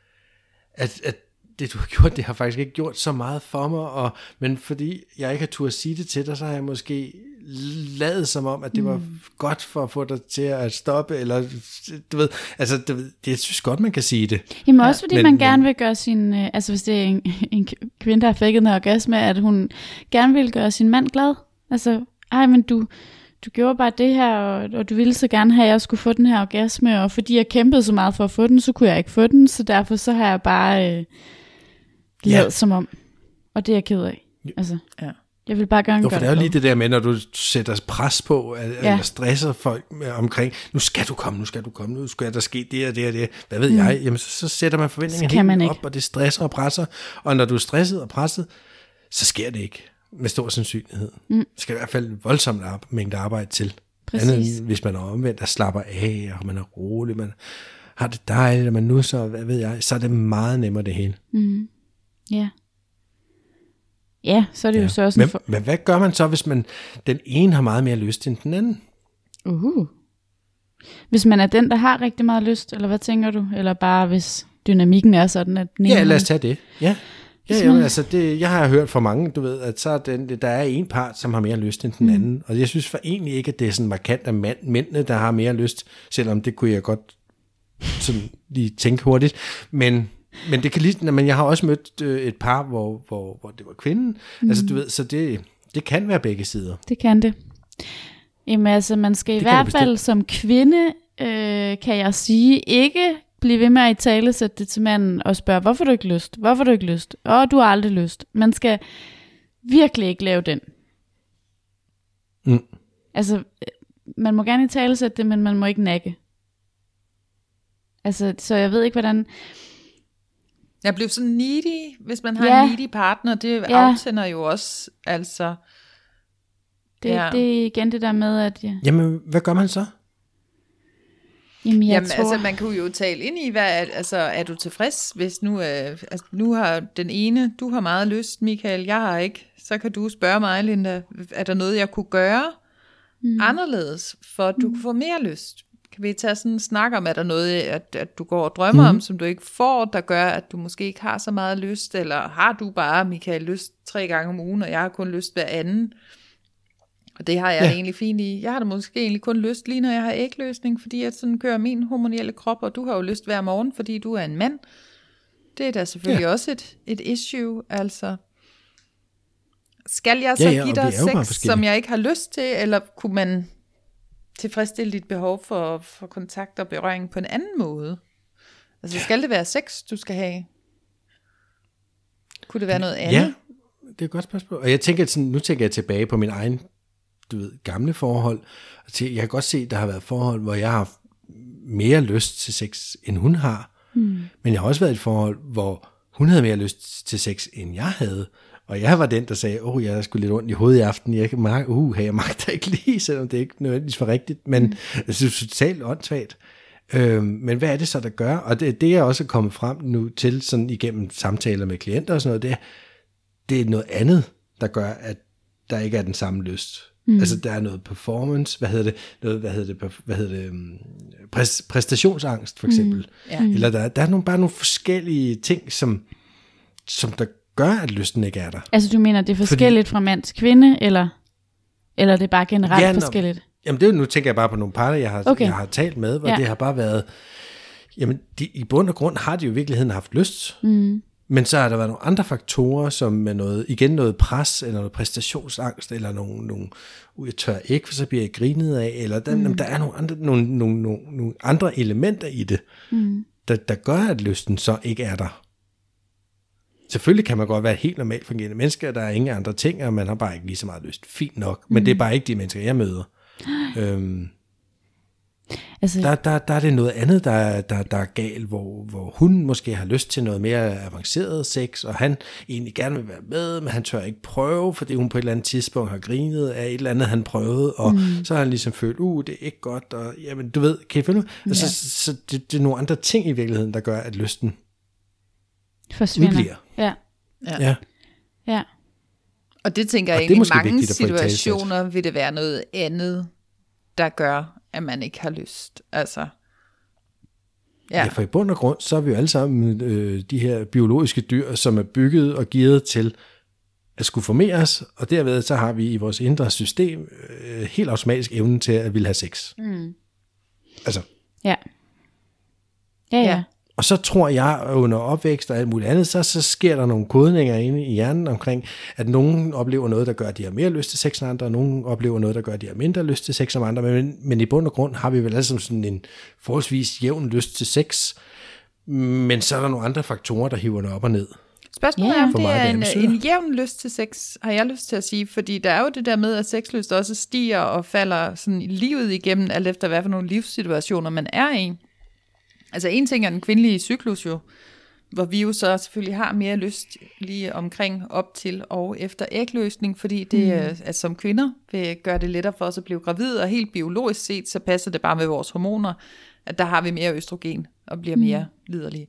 at det du har gjort, det har faktisk ikke gjort så meget for mig, men fordi jeg ikke har turde sige det til dig, så har jeg måske ladet som om, at det var godt for at få dig til at stoppe, eller du ved, altså det synes godt, man kan sige det. Jamen også fordi man gerne vil gøre sin, altså hvis det er en kvinde, der har fækket en orgasme, at hun gerne vil gøre sin mand glad. Altså, men du gjorde bare det her, og du ville så gerne have, at jeg skulle få den her orgasme, og fordi jeg kæmpede så meget for at få den, så kunne jeg ikke få den, så derfor så har jeg bare lavet som om. Og det er jeg ked af. Altså, jeg vil bare gerne gøre for det er jo lige det der med, når du sætter pres på, eller stresser folk omkring, nu skal du komme, nu skal der ske det og det og det, hvad ved jeg, jamen så sætter man forventningen helt op, og det stresser og presser, og når du er stresset og presset, så sker det ikke. Med stor sandsynlighed. Det skal i hvert fald en voldsom mængde arbejde til. Andet, hvis man er omvendt og slapper af, og man er rolig, man har det dejligt, og man nu så, hvad ved jeg, så er det meget nemmere det hele. Ja. Ja, så er det jo så også... Men hvad gør man så, hvis den ene har meget mere lyst end den anden? Hvis man er den, der har rigtig meget lyst, eller hvad tænker du? Eller bare hvis dynamikken er sådan, at den ene... Ja, lad os tage det. Ja, altså jeg har hørt fra mange, du ved, at så der er en part, som har mere lyst end den anden. Og jeg synes for egentlig ikke, at det er sådan markant af mændene, der har mere lyst, selvom det kunne jeg godt sådan lige tænke hurtigt. Men det kan lige, men jeg har også mødt et par, hvor det var kvinden. Altså du ved, så det kan være begge sider. Det kan det. Jamen altså, man skal i hvert fald som kvinde, kan jeg sige, ikke blive ved med at italesætte det til manden og spørge, hvorfor du ikke lyst? Hvorfor du ikke lyst? Du har aldrig lyst. Man skal virkelig ikke lave den. Altså, man må gerne italesætte det, men man må ikke nakke. Altså, så jeg ved ikke, hvordan... Jeg blev sådan needy, hvis man har en needy partner, det aftænder jo også, altså... Det er igen det der med, at... Jamen, hvad gør man så? Jamen, altså man kunne jo tale ind i, er du tilfreds, hvis nu har den ene, du har meget lyst, Michael, jeg har ikke, så kan du spørge mig, Linda, er der noget, jeg kunne gøre anderledes, for at du kunne få mere lyst? Kan vi tage sådan en snak om, er der noget, at du går og drømmer om, som du ikke får, der gør, at du måske ikke har så meget lyst, eller har du bare, Michael, lyst 3 gange om ugen, og jeg har kun lyst hver anden? Og det har jeg egentlig fint i. Jeg har da måske egentlig kun lyst lige, når jeg har ægløsning, fordi jeg sådan kører min hormonelle krop, og du har jo lyst hver morgen, fordi du er en mand. Det er da selvfølgelig også et issue, altså. Skal jeg så give dig sex, som jeg ikke har lyst til, eller kunne man tilfredsstille dit behov for kontakt og berøring på en anden måde? Altså skal det være sex, du skal have? Kunne det være noget andet? Ja, det er et godt spørgsmål. Og jeg tænker sådan, nu tænker jeg tilbage på min egen, gamle forhold. Jeg kan godt se, at der har været forhold, hvor jeg har haft mere lyst til sex, end hun har. Men jeg har også været i et forhold, hvor hun havde mere lyst til sex, end jeg havde. Og jeg var den, der sagde, jeg er sgu lidt ondt i hovedet i aften. Jeg magter ikke lige, selvom det ikke nødvendigvis for rigtigt. Men det er totalt åndssvagt. Men hvad er det så, der gør? Og det er også kommet frem nu til, sådan igennem samtaler med klienter og sådan noget, det er noget andet, der gør, at der ikke er den samme lyst. Altså der er noget performance, præstationsangst for eksempel. Eller der er bare nogle forskellige ting, som der gør, at lysten ikke er der. Altså du mener, det er forskelligt fra mand til kvinde, eller det er bare generelt forskelligt? Jamen nu tænker jeg bare på nogle parter, jeg har talt med, hvor det har bare været, jamen i bund og grund har de jo i virkeligheden haft lyst, men så har der været nogle andre faktorer, som med noget pres, eller noget præstationsangst, eller nogle jeg tør ikke, for så bliver jeg grinet af, eller der er nogle andre elementer i det, der gør, at lysten så ikke er der. Selvfølgelig kan man godt være et helt normalt fungerende menneske, der er ingen andre ting, og man har bare ikke lige så meget lyst. Fint nok, men det er bare ikke de mennesker, jeg møder. Altså, der er det noget andet, der er galt, hvor hun måske har lyst til noget mere avanceret sex, og han egentlig gerne vil være med, men han tør ikke prøve, fordi hun på et eller andet tidspunkt har grinet af et eller andet, han prøvede, og så har han ligesom følt, det er ikke godt, og jamen, du ved, kan I følge mig? Altså, så det er nogle andre ting i virkeligheden, der gør, at lysten forsvinder. Ja. Og det tænker jeg egentlig, i mange situationer vil det være noget andet, der gør, at man ikke har lyst. Altså, ja, for i bund og grund, så er vi jo alle sammen de her biologiske dyr, som er bygget og gearet til at skulle formeres, og derved så har vi i vores indre system helt automatisk evnen til at ville have sex. Altså. Ja. Og så tror jeg, under opvækst og alt muligt andet, så sker der nogle kodninger inde i hjernen omkring, at nogen oplever noget, der gør, at de har mere lyst til sex end andre, og nogen oplever noget, der gør, at de har mindre lyst til sex end andre. Men i bund og grund har vi vel altså sådan en forholdsvis jævn lyst til sex, men så er der nogle andre faktorer, der hiver det op og ned. Spørgsmålet er, om det er en jævn lyst til sex, har jeg lyst til at sige, fordi der er jo det der med, at sexlyst også stiger og falder sådan i livet igennem, alt efter hvad for nogle livssituationer man er i. Altså en ting er den kvindelige cyklus jo, hvor vi jo så selvfølgelig har mere lyst lige omkring op til og efter ægløsning, fordi det at som kvinder vil gøre det lettere for os at blive gravide, og helt biologisk set, så passer det bare med vores hormoner, at der har vi mere østrogen og bliver mere liderlige.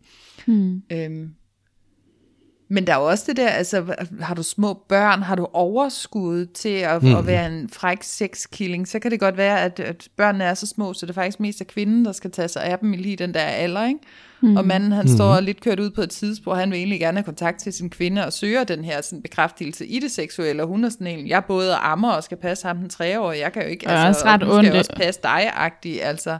Men der er jo også det der, altså har du små børn, har du overskud til at være en fræk sexkilling, så kan det godt være, at børnene er så små, så det er faktisk mest af kvinden, der skal tage sig af dem i lige den der alder, ikke? Og manden, han står lidt kørt ud på et tidsspor, han vil egentlig gerne have kontakt til sin kvinde og søger den her sådan, bekræftelse i det seksuelle, og hun er sådan en, jeg både ammer og skal passe ham den 3-årige, jeg kan jo ikke, altså, og hun skal også passe dig-agtig, altså,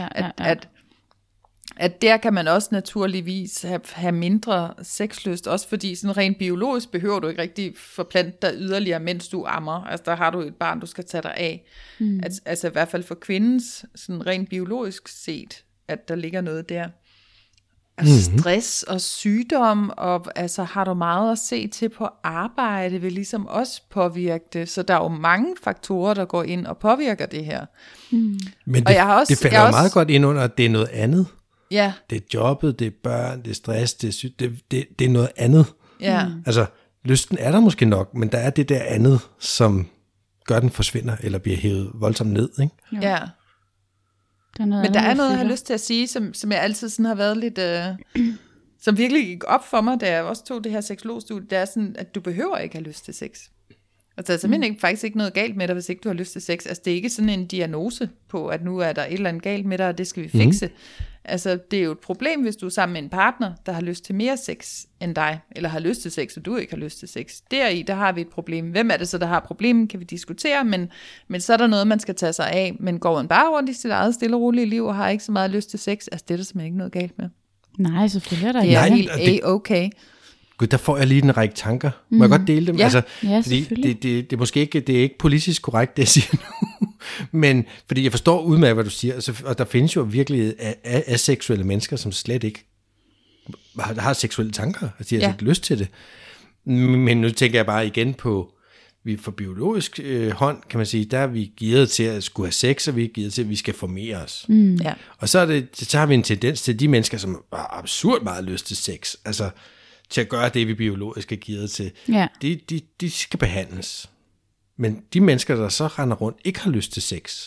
at der kan man også naturligvis have mindre sexlyst, også fordi sådan rent biologisk behøver du ikke rigtig forplante dig yderligere, mens du ammer. Altså der har du et barn, du skal tage dig af. Altså i hvert fald for kvindens, sådan rent biologisk set, at der ligger noget der. Altså stress og sygdom, og altså har du meget at se til på arbejde, vil ligesom også påvirke det. Så der er jo mange faktorer, der går ind og påvirker det her. Men det falder jo meget godt ind under, at det er noget andet. Ja. Det er jobbet, det er børn, det er stress, det er noget andet. Ja. Altså, lysten er der måske nok, men der er det der andet, som gør, den forsvinder, eller bliver hævet voldsomt ned, ikke? Ja. Men der er noget, jeg har lyst til at sige, som jeg altid sådan har været lidt, som virkelig gik op for mig, da jeg også tog det her seksologstudie, det er sådan, at du behøver ikke have lyst til sex. Altså, der er simpelthen faktisk ikke noget galt med dig, hvis ikke du har lyst til sex. Altså, det er ikke sådan en diagnose på, at nu er der et eller andet galt med dig, og det skal vi fikse. Altså, det er jo et problem, hvis du er sammen med en partner, der har lyst til mere sex end dig, eller har lyst til sex, og du ikke har lyst til sex. Der har vi et problem. Hvem er det så, der har problemet, kan vi diskutere, men så er der noget, man skal tage sig af. Men går man bare rundt i sit eget stille og rolige liv, og har ikke så meget lyst til sex, altså, det er der simpelthen ikke noget galt med. Nej, selvfølgelig er der ikke. Det er helt okay. Gud, der får jeg lige en række tanker. Må jeg godt dele dem? Ja, altså, ja, fordi det er måske ikke, det er ikke politisk korrekt, det jeg siger nu. Men fordi jeg forstår udmærket, hvad du siger, og der findes jo virkelig aseksuelle mennesker, som slet ikke har seksuelle tanker, altså de har ikke lyst til det. Men nu tænker jeg bare igen på, vi fra biologisk hånd, kan man sige, der er vi gearet til at skulle have sex, og vi er gearet til, at vi skal formere os. Ja. Og så har vi en tendens til de mennesker, som har absurd meget lyst til sex, altså til at gøre det, vi biologisk er gearet til. Ja. De skal behandles. Men de mennesker, der så render rundt, ikke har lyst til sex,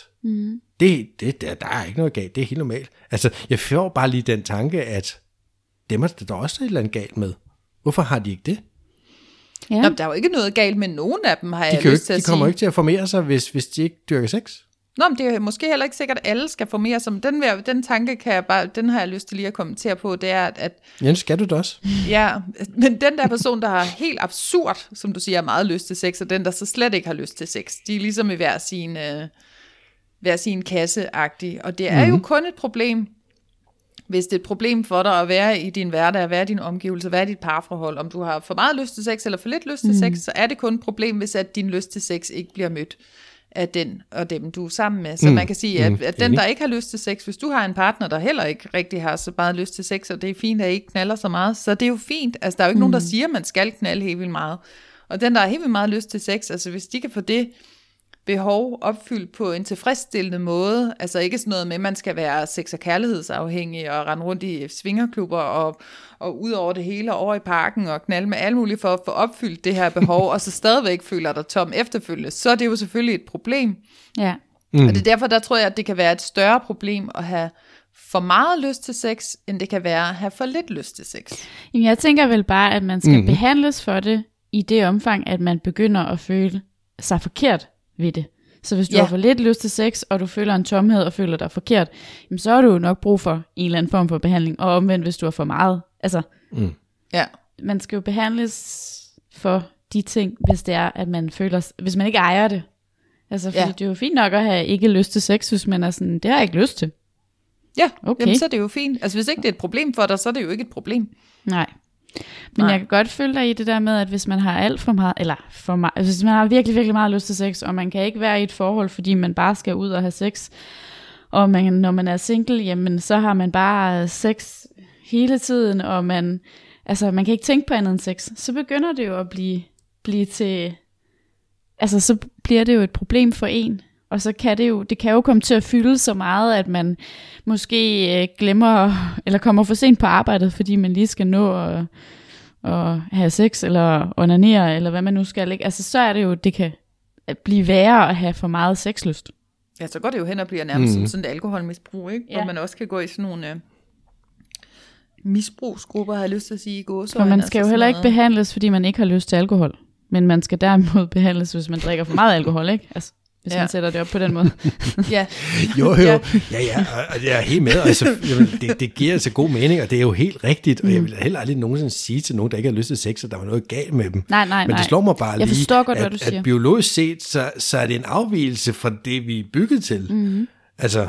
der er ikke noget galt, det er helt normalt. Altså, jeg får bare lige den tanke, at dem er der også et eller andet galt med. Hvorfor har de ikke det? Ja. Nå, der er jo ikke noget galt med nogen af dem, har jeg lyst til at sige. De kommer ikke til at formere sig, hvis de ikke dyrker sex. Nå, men det er måske heller ikke sikkert, at alle skal formere sig. Den tanke den har jeg lyst til lige at kommentere på, det er, at Jens, skal du det også? Ja, men den der person, der har helt absurd, som du siger, meget lyst til sex, og den, der så slet ikke har lyst til sex, de er ligesom i hver sin kasse-agtig. Og det er jo kun et problem, hvis det er et problem for dig at være i din hverdag, at være i din omgivelse, være i dit parforhold. Om du har for meget lyst til sex eller for lidt lyst til sex, så er det kun et problem, hvis at din lyst til sex ikke bliver mødt af den og dem, du er sammen med. Så man kan sige, at den, der ikke har lyst til sex, hvis du har en partner, der heller ikke rigtig har så meget lyst til sex, og det er fint, at I ikke knaller så meget, så det er jo fint. Altså, der er jo ikke nogen, der siger, at man skal knalde helt vildt meget. Og den, der har helt vildt meget lyst til sex, altså hvis de kan få det behov opfyldt på en tilfredsstillende måde, altså ikke sådan noget med, at man skal være sex- og kærlighedsafhængig og rende rundt i svingerklubber og ud over det hele over i parken og knalde med alt muligt for at få opfyldt det her behov, og så stadigvæk føler dig tom efterfølgende, så er det jo selvfølgelig et problem. Ja. Og det er derfor, der tror jeg, at det kan være et større problem at have for meget lyst til sex, end det kan være at have for lidt lyst til sex. Jamen, jeg tænker vel bare, at man skal behandles for det i det omfang, at man begynder at føle sig forkert ved det. Så hvis du har for lidt lyst til sex, og du føler en tomhed og føler dig forkert, jamen så har du jo nok brug for en eller anden form for behandling, og omvendt, hvis du har for meget. Altså, man skal jo behandles for de ting, hvis det er, at man føler, hvis man ikke ejer det. Altså, fordi det er jo fint nok at have ikke lyst til sex, hvis man er sådan, det har jeg ikke lyst til. Ja, okay. Jamen, så er det jo fint. Altså, hvis ikke det er et problem for dig, så er det jo ikke et problem. Nej. Men jeg kan godt følge dig i det der med, at hvis man har alt for meget, eller for meget, hvis man har virkelig, virkelig meget lyst til sex, og man kan ikke være i et forhold, fordi man bare skal ud og have sex, og når man er single, jamen så har man bare sex hele tiden, og man kan ikke tænke på andet end sex, så begynder det jo at blive til, altså så bliver det jo et problem for en, og så kan det kan jo komme til at fylde så meget, at man måske glemmer, eller kommer for sent på arbejdet, fordi man lige skal nå at have sex, eller onanere, eller hvad man nu skal. Ikke? Altså så er det jo, det kan blive værre at have for meget sexlyst. Ja, så går det jo hen og bliver nærmest som sådan et alkoholmisbrug, ikke? Ja. Hvor man også kan gå i sådan nogle misbrugsgrupper, har jeg lyst til at sige, i gåseøjne. For man skal jo heller ikke behandles, fordi man ikke har lyst til alkohol. Men man skal derimod behandles, hvis man drikker for meget alkohol, ikke? Altså, hvis man sætter det op på den måde. Ja. Jo, og jeg er helt med, altså, det giver altså god mening, og det er jo helt rigtigt, og jeg vil heller aldrig nogensinde sige til nogen, der ikke har lyst til sex, at der var noget galt med dem. Nej. Men det slår mig bare lige, godt, at biologisk set, så er det en afvigelse fra det, vi er bygget til. Mm-hmm. Altså,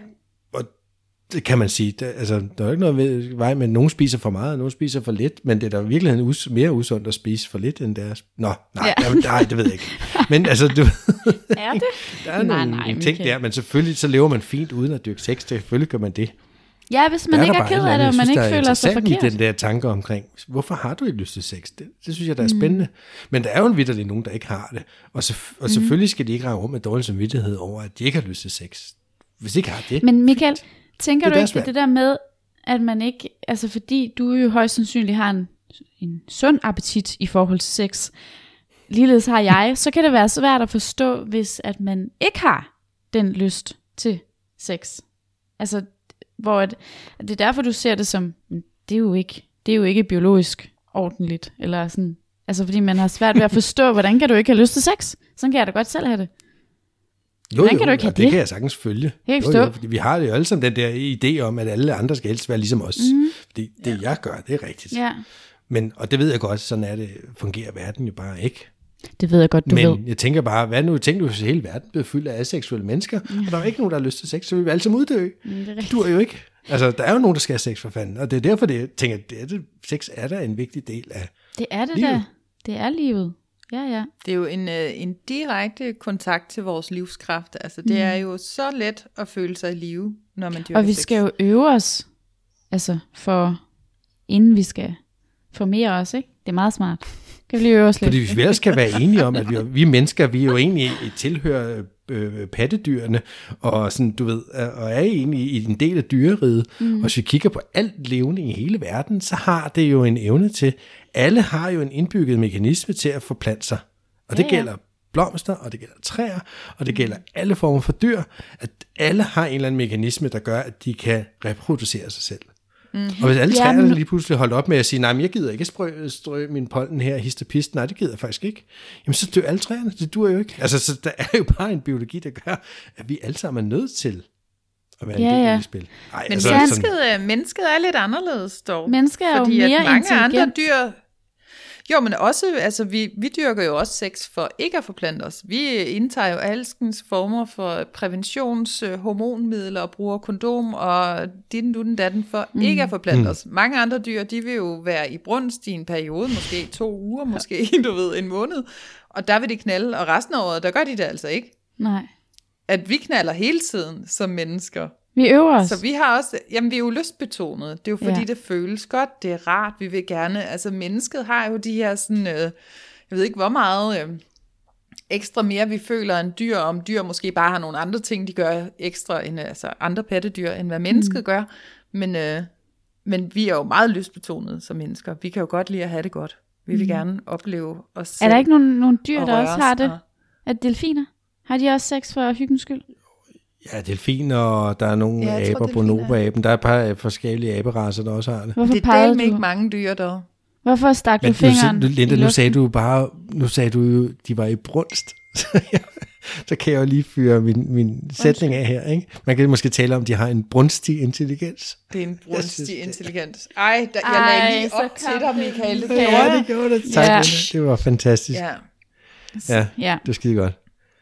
og det kan man sige, der er jo ikke noget vej med, at nogen spiser for meget, og nogen spiser for lidt, men det er da virkelig mere usundt at spise for lidt, end deres. Nej, det ved jeg ikke. Men altså, du er det? Der er nogle ting der, men selvfølgelig så lever man fint uden at dyrke sex, selvfølgelig gør man det. Ja, hvis man ikke er ked af det, og man ikke føler sig forkert. I den der tanke omkring, hvorfor har du ikke lyst til sex? Det synes jeg, der er spændende. Men der er jo en vitterlig nogen, der ikke har det. Og selvfølgelig skal de ikke rende rum med dårlig samvittighed over, at de ikke har lyst til sex. Hvis de ikke har det. Men Michael, tænker du ikke det der med, at man ikke, altså fordi du jo højst sandsynligt har en sund appetit i forhold til sex, ligeledes har jeg, så kan det være svært at forstå, hvis at man ikke har den lyst til sex. Altså, hvor det er derfor, du ser det som, det er jo ikke biologisk ordentligt, eller sådan, altså fordi man har svært ved at forstå, hvordan kan du ikke have lyst til sex? Sådan kan jeg da godt selv have det. Hvordan kan du ikke have det? Det kan jeg sagtens følge. Jo, fordi vi har jo alle sammen den der idé om, at alle andre skal helst være ligesom os. Fordi det jeg gør, det er rigtigt. Ja. Men, og det ved jeg godt, sådan er det, fungerer verden jo bare ikke. Det ved jeg godt, du ved. Men jeg tænker bare, hvad nu? Tænk nu, hvis hele verden bliver fyldt af aseksuelle mennesker, og der er ikke nogen, der har lyst til sex, så vil vi alle sammen uddø. Det dur jo ikke. Altså, der er jo nogen, der skal have sex for fanden. Og det er derfor, jeg tænker, at sex er da en vigtig del af det er det livet. da. Det er livet. Ja. Det er jo en direkte kontakt til vores livskraft. Altså, det er jo så let at føle sig i live, når man dyrker Og vi sex. skal jo øve os, altså inden vi skal formere os, ikke? Det er meget smart. Kan vi lige øve os lidt? Fordi hvis vi ellers skal være enige om, at vi mennesker, vi er jo egentlig tilhører pattedyrene, og sådan, du ved, og er egentlig i en del af dyreriget. Og hvis vi kigger på alt levende i hele verden, så har det jo en evne til, alle har jo en indbygget mekanisme til at forplante sig. Og det gælder blomster, og det gælder træer, og det gælder alle former for dyr, at alle har en eller anden mekanisme, der gør, at de kan reproducere sig selv. Og hvis alle træerne lige pludselig holdt op med at sige, nej, men jeg gider ikke strø min pollen her, hist og pist, nej, det gider jeg faktisk ikke, jamen så dør alle træerne, det dur jo ikke. Altså, så der er jo bare en biologi, der gør, at vi alle sammen er nødt til at være en del af det spil. Ej, Men altså, mennesket er lidt anderledes dog. Mennesket er fordi jo mere at mange intelligent. andre dyr... Jo, men også, altså vi dyrker jo også sex for ikke at forplante os. Vi indtager jo alskens former for præventionshormonmidler og bruger kondom og den datten for ikke at forplante os. Mange andre dyr, de vil jo være i brunst i en periode, måske 2 uger, måske du ved, en måned. Og der vil de knalde, og resten af året, der gør de det altså ikke. Nej. At vi knaller hele tiden som mennesker. Vi øver os. Så vi har også, jamen vi er jo lystbetonede. Det er jo fordi, det føles godt, det er rart, vi vil gerne, altså mennesket har jo de her sådan, jeg ved ikke hvor meget ekstra mere vi føler en dyr, om dyr måske bare har nogle andre ting, de gør ekstra end altså andre pattedyr, end hvad mennesket gør. Men vi er jo meget lystbetonede som mennesker. Vi kan jo godt lide at have det godt. Vi vil gerne opleve os selv. Er der ikke nogle dyr, der også har det? Og... Er delfiner? Har de også sex for hyggens skyld? Ja, delfiner, og der er nogle aber, bonobo-aben. Der er et par forskellige aberacer, der også har det. Hvorfor det er ikke mange dyr, der... Hvorfor stak du fingeren Linda, nu sagde du jo, de var i brunst. Så kan jeg jo lige fyre min sætning af her, ikke? Man kan måske tale om, de har en brunstig intelligens. Det er en brunstig intelligens. Jeg lagde lige op til dig, Michael. Det gjorde det. Tak, Linda. Det var fantastisk. Ja, det var skide godt.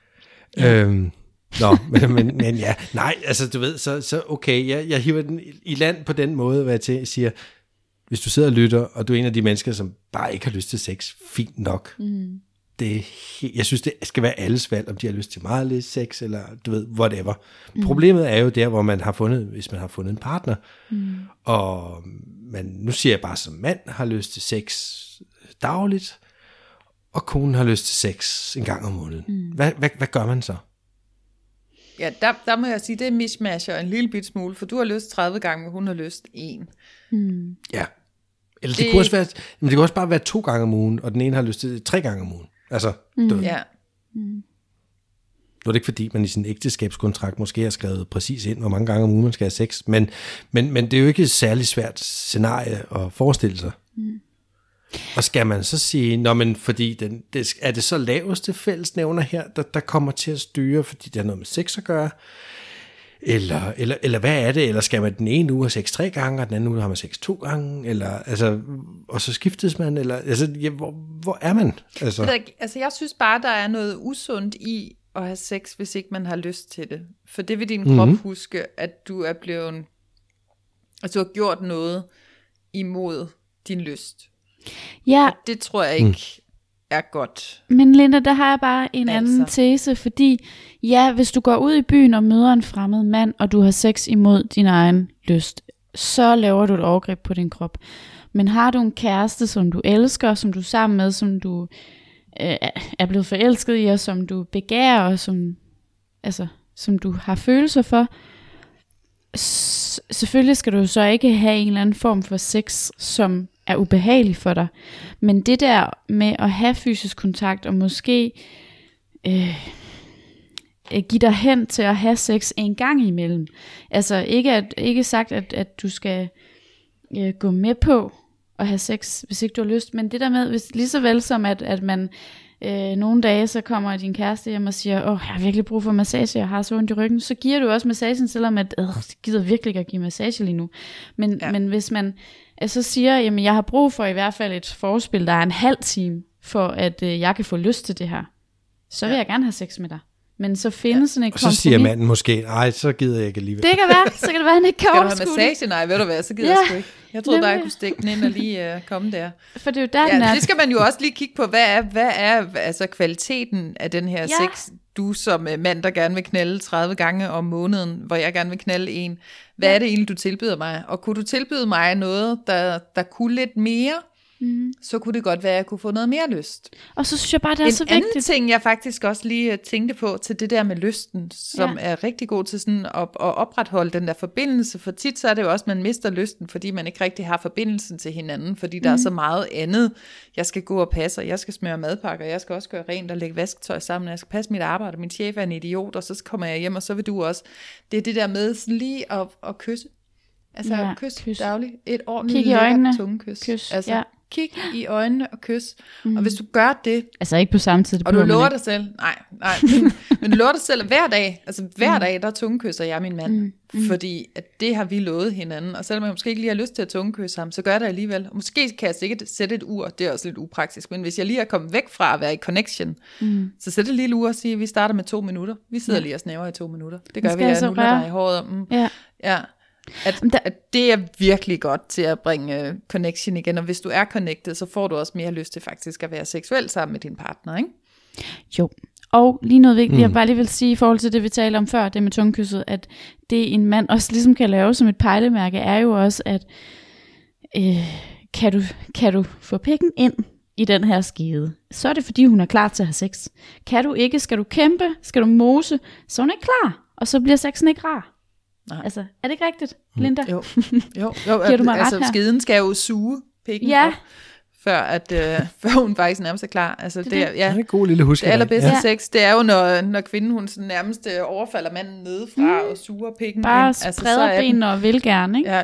Men ja, nej, altså du ved, så okay, jeg hiver den i land på den måde, hvad jeg siger, hvis du sidder og lytter, og du er en af de mennesker, som bare ikke har lyst til sex, fint nok. Jeg synes, det skal være alles valg, om de har lyst til meget lidt sex, eller du ved, whatever. Problemet er jo der, hvor man har fundet, hvis man har fundet en partner, og nu siger jeg bare, som mand har lyst til sex dagligt, og konen har lyst til sex en gang om måneden. Hvad gør man så? Ja, der må jeg sige, det er mishmasher en lille bit smule, for du har lyst 30 gange, men hun har lyst 1. Ja. Eller det kunne også være, men det kan også bare være 2 gange om ugen, og den ene har lyst til 3 gange om ugen. Altså, ja. Nu er det ikke fordi, man i sin ægteskabskontrakt måske har skrevet præcis ind, hvor mange gange om ugen man skal have sex, men det er jo ikke et særligt svært scenarie at forestille sig. Og skal man så sige, men fordi er det så laveste fællesnævner her, der kommer til at styre, fordi det har noget med sex at gøre? Eller hvad er det? Eller skal man den ene uge have sex 3 gange, og den anden uge har man sex 2 gange? Eller, altså, og så skiftes man? Eller, altså, ja, hvor er man? Altså, jeg synes bare, der er noget usundt i at have sex, hvis ikke man har lyst til det. For det vil din krop huske, at du er blevet... Altså, du har gjort noget imod din lyst. Ja. Og det tror jeg ikke er godt. Men Linda, der har jeg bare en anden tese, fordi hvis du går ud i byen og møder en fremmed mand, og du har sex imod din egen lyst, så laver du et overgreb på din krop. Men har du en kæreste, som du elsker, som du er sammen med, som du er blevet forelsket i, og som du begærer, og som du har følelser for, selvfølgelig skal du så ikke have en eller anden form for sex, som er ubehagelig for dig. Men det der med at have fysisk kontakt, og måske give dig hen til at have sex en gang imellem. Altså ikke sagt, at du skal gå med på at have sex, hvis ikke du har lyst. Men det der med, lige så vel som at man nogle dage, så kommer din kæreste hjem og siger, jeg har virkelig brug for massage, jeg har så ondt i ryggen, så giver du også massagen, selvom at, det gider virkelig ikke at give massage lige nu. Men hvis man så siger, jamen jeg har brug for i hvert fald et forspil, der er en halv time, for at jeg kan få lyst til det her, så vil jeg gerne have sex med dig. Men så findes sådan et kompromis. Og så siger manden måske, nej, så gider jeg ikke alligevel. Det kan være, så kan det være, han ikke kan overskue det. Skal du have massage? Nej, ved du hvad, så gider jeg sgu ikke. Jeg troede bare, jeg kunne stikke den ind og lige komme der. For det er jo der, den er. Det skal man jo også lige kigge på. Hvad er altså kvaliteten af den her sex? Du som mand, der gerne vil knalde 30 gange om måneden, hvor jeg gerne vil knalde en. Hvad er det egentlig, du tilbyder mig? Og kunne du tilbyde mig noget, der kunne lidt mere, så kunne det godt være, at jeg kunne få noget mere lyst. Og så synes jeg bare, det er så vigtigt. En anden ting, jeg faktisk også lige tænkte på til det der med lysten, som er rigtig god til sådan at opretholde den der forbindelse, for tit så er det jo også, at man mister lysten, fordi man ikke rigtig har forbindelsen til hinanden, fordi der er så meget andet. Jeg skal gå og passe, og jeg skal smøre madpakker, og jeg skal også gøre rent og lægge vasketøj sammen, og jeg skal passe mit arbejde, og min chef er en idiot, og så kommer jeg hjem, og så vil du også. Det er det der med sådan lige at kysse. Altså kys dagligt. Et ordentligt lækkert tungekys. Altså kig i øjnene og kys. Og hvis du gør det... Altså ikke på samme tid. Og du lover dig selv... Nej. Men du lover dig selv, at hver dag... Altså hver dag, der tungekysser jeg min mand. Fordi at det har vi lovet hinanden. Og selvom jeg måske ikke lige har lyst til at tungekysse ham, så gør det alligevel. Og måske kan jeg sikkert sætte et ur. Det er også lidt upraktisk. Men hvis jeg lige er kommet væk fra at være i connection, så sæt et lille ur og sige, at vi starter med 2 minutter. Vi sidder lige og snæver i 2 minutter. Det gør vi, at jeg nuller dig i håret. Ja. At det er virkelig godt til at bringe connection igen, og hvis du er connected, så får du også mere lyst til faktisk at være seksuel sammen med din partner, ikke? Jo, og lige noget vigtigt, jeg bare lige vil sige i forhold til det, vi talte om før, det med tungekysset, at det en mand også ligesom kan lave som et pejlemærke, er jo også, at kan du få pikken ind i den her skede, så er det fordi hun er klar til at have sex. Kan du ikke, skal du kæmpe, skal du mose, så hun er klar, og så bliver sexen ikke rar. Nej. Altså, er det ikke rigtigt, Linda? Jo. Giver du mig altså, ret her? skeden skal jo suge pikken op, før hun faktisk nærmest er klar. Altså, det er en god lille husk. Det allerbedste sex, det er jo, når kvinden hun sådan nærmest overfalder manden nedefra og suger pikken. Bare spreder benene og vil gerne, ikke?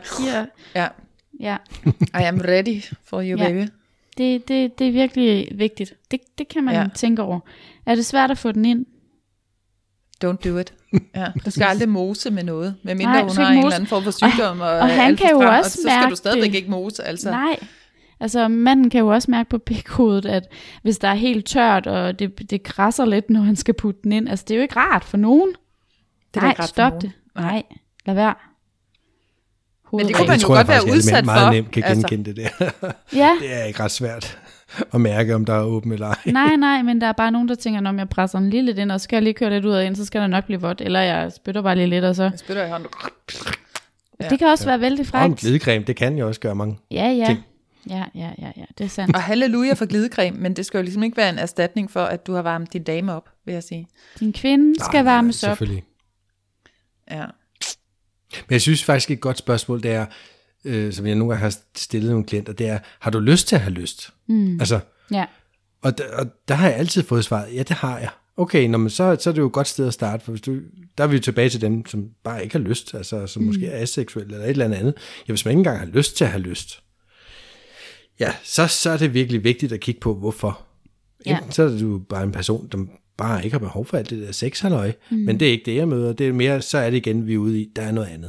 Ja. I am ready for you, baby. Det er virkelig vigtigt. Det kan man tænke over. Er det svært at få den ind? Don't do it. Ja, du skal aldrig mose med noget, medmindre hun har en eller anden form for sygdom, og han kan jo også og så skal du stadigvæk ikke mose. Altså. Nej, altså manden kan jo også mærke på pikhovedet, at hvis der er helt tørt, og det krasser lidt, når han skal putte den ind, altså det er jo ikke rart for nogen. Det er ikke rart stop for det. Nej, lad være. Men det kunne man jo godt være udsat for. Meget nemt kan genkende det der. Det er ikke ret svært at mærke, om der er åbent eller ej. Nej, men der er bare nogen, der tænker, når jeg presser den lige lidt ind, og så skal jeg lige køre lidt ud af ind, så skal der nok blive vådt, eller jeg spytter bare lige lidt, og så... Jeg spytter i hånden. Det kan også være vældig frækt. Og en glidecreme, det kan jo også gøre mange ting. Ja, det er sandt. Og halleluja for glidecreme, men det skal jo ligesom ikke være en erstatning for, at du har varmet din dame op, vil jeg sige. Din kvinde skal varmes op. Selvfølgelig. Ja. Men jeg synes faktisk et godt spørgsmål, det er, som jeg nogle gange har stillet nogle klienter, det er, har du lyst til at have lyst? Altså, og der har jeg altid fået svaret, ja, det har jeg. Okay, så er det jo et godt sted at starte, for der er vi jo tilbage til dem, som bare ikke har lyst, altså som måske er aseksuelle eller et eller andet. Ja, hvis man ikke engang har lyst til at have lyst, ja, så er det virkelig vigtigt at kigge på, hvorfor. Enten så er det jo bare en person, der bare ikke har behov for alt det der sexhalløj, men det er ikke det, jeg møder. Det er mere, så er det igen, vi er ude i, der er noget andet.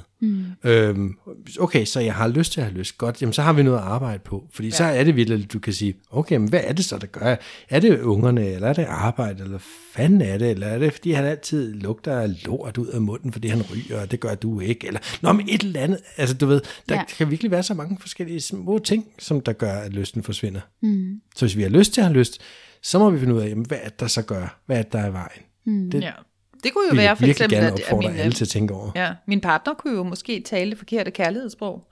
Okay, så jeg har lyst til at have lyst. Godt, jamen så har vi noget at arbejde på. Fordi så er det virkelig, at du kan sige, okay, men hvad er det så, der gør? Er det ungerne, eller er det arbejde, eller fanden er det? Eller er det, fordi han altid lugter af lort ud af munden, fordi han ryger, og det gør du ikke? Eller, men et eller andet. Altså, du ved, der kan virkelig være så mange forskellige små ting, som der gør, at lysten forsvinder. Så hvis vi har lyst til at have lyst, så må vi finde ud af, jamen, hvad er der så gør? Hvad er der er i vejen? Det kunne jo være for eksempel, at alle til at tænke over. Ja, min partner kunne jo måske tale det forkerte kærlighedssprog.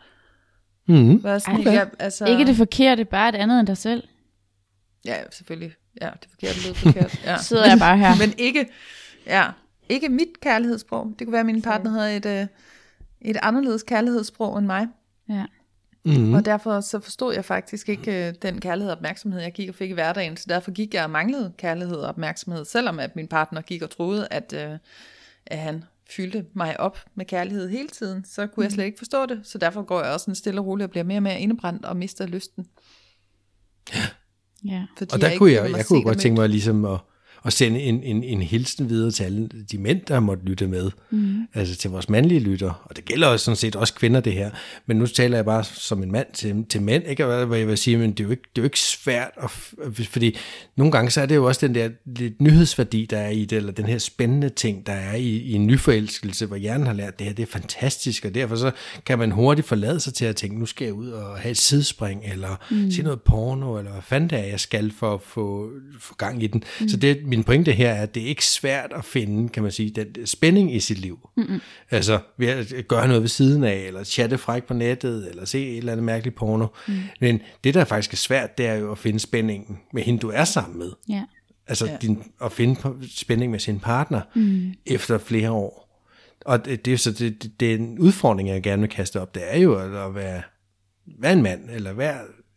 Ikke det forkerte, bare et andet end dig selv. Ja, selvfølgelig. Ja, det forkerte lyder forkert. Ja. Sidder jeg bare her. Men ikke mit kærlighedssprog. Det kunne være, at min partner havde et anderledes kærlighedssprog end mig. Ja. Og derfor så forstod jeg faktisk ikke den kærlighed og opmærksomhed, jeg gik og fik i hverdagen. Så derfor gik jeg og manglede kærlighed og opmærksomhed, selvom at min partner gik og troede, at han fyldte mig op med kærlighed hele tiden. Så kunne jeg slet ikke forstå det. Så derfor går jeg også en stille og roligt og bliver mere og mere indebrændt og mister lysten. Ja. Og der kunne jeg kunne godt tænke mig ligesom at at sende en hilsen videre til alle de mænd, der måtte lytte med. Altså til vores mandlige lytter. Og det gælder også sådan set også kvinder, det her. Men nu taler jeg bare som en mand til mænd, ikke? Hvad jeg vil sige, men det er jo ikke svært, fordi nogle gange så er det jo også den der lidt nyhedsværdi, der er i det, eller den her spændende ting, der er i en nyforelskelse, hvor hjernen har lært det her, det er fantastisk, og derfor så kan man hurtigt forlade sig til at tænke, nu skal jeg ud og have et sidespring, eller se noget porno, eller hvad fanden det er, jeg skal for at få gang i den. Så det, min pointe her er, at det er ikke svært at finde, kan man sige, den spænding i sit liv. Altså ved at gøre noget ved siden af, eller chatte fræk på nettet, eller se et eller andet mærkeligt porno. Men det, der faktisk er svært, det er jo at finde spændingen med hende, du er sammen med. Ja. Altså at finde spænding med sin partner efter flere år. Og det er en udfordring, jeg gerne vil kaste op. Det er jo at være en mand, eller være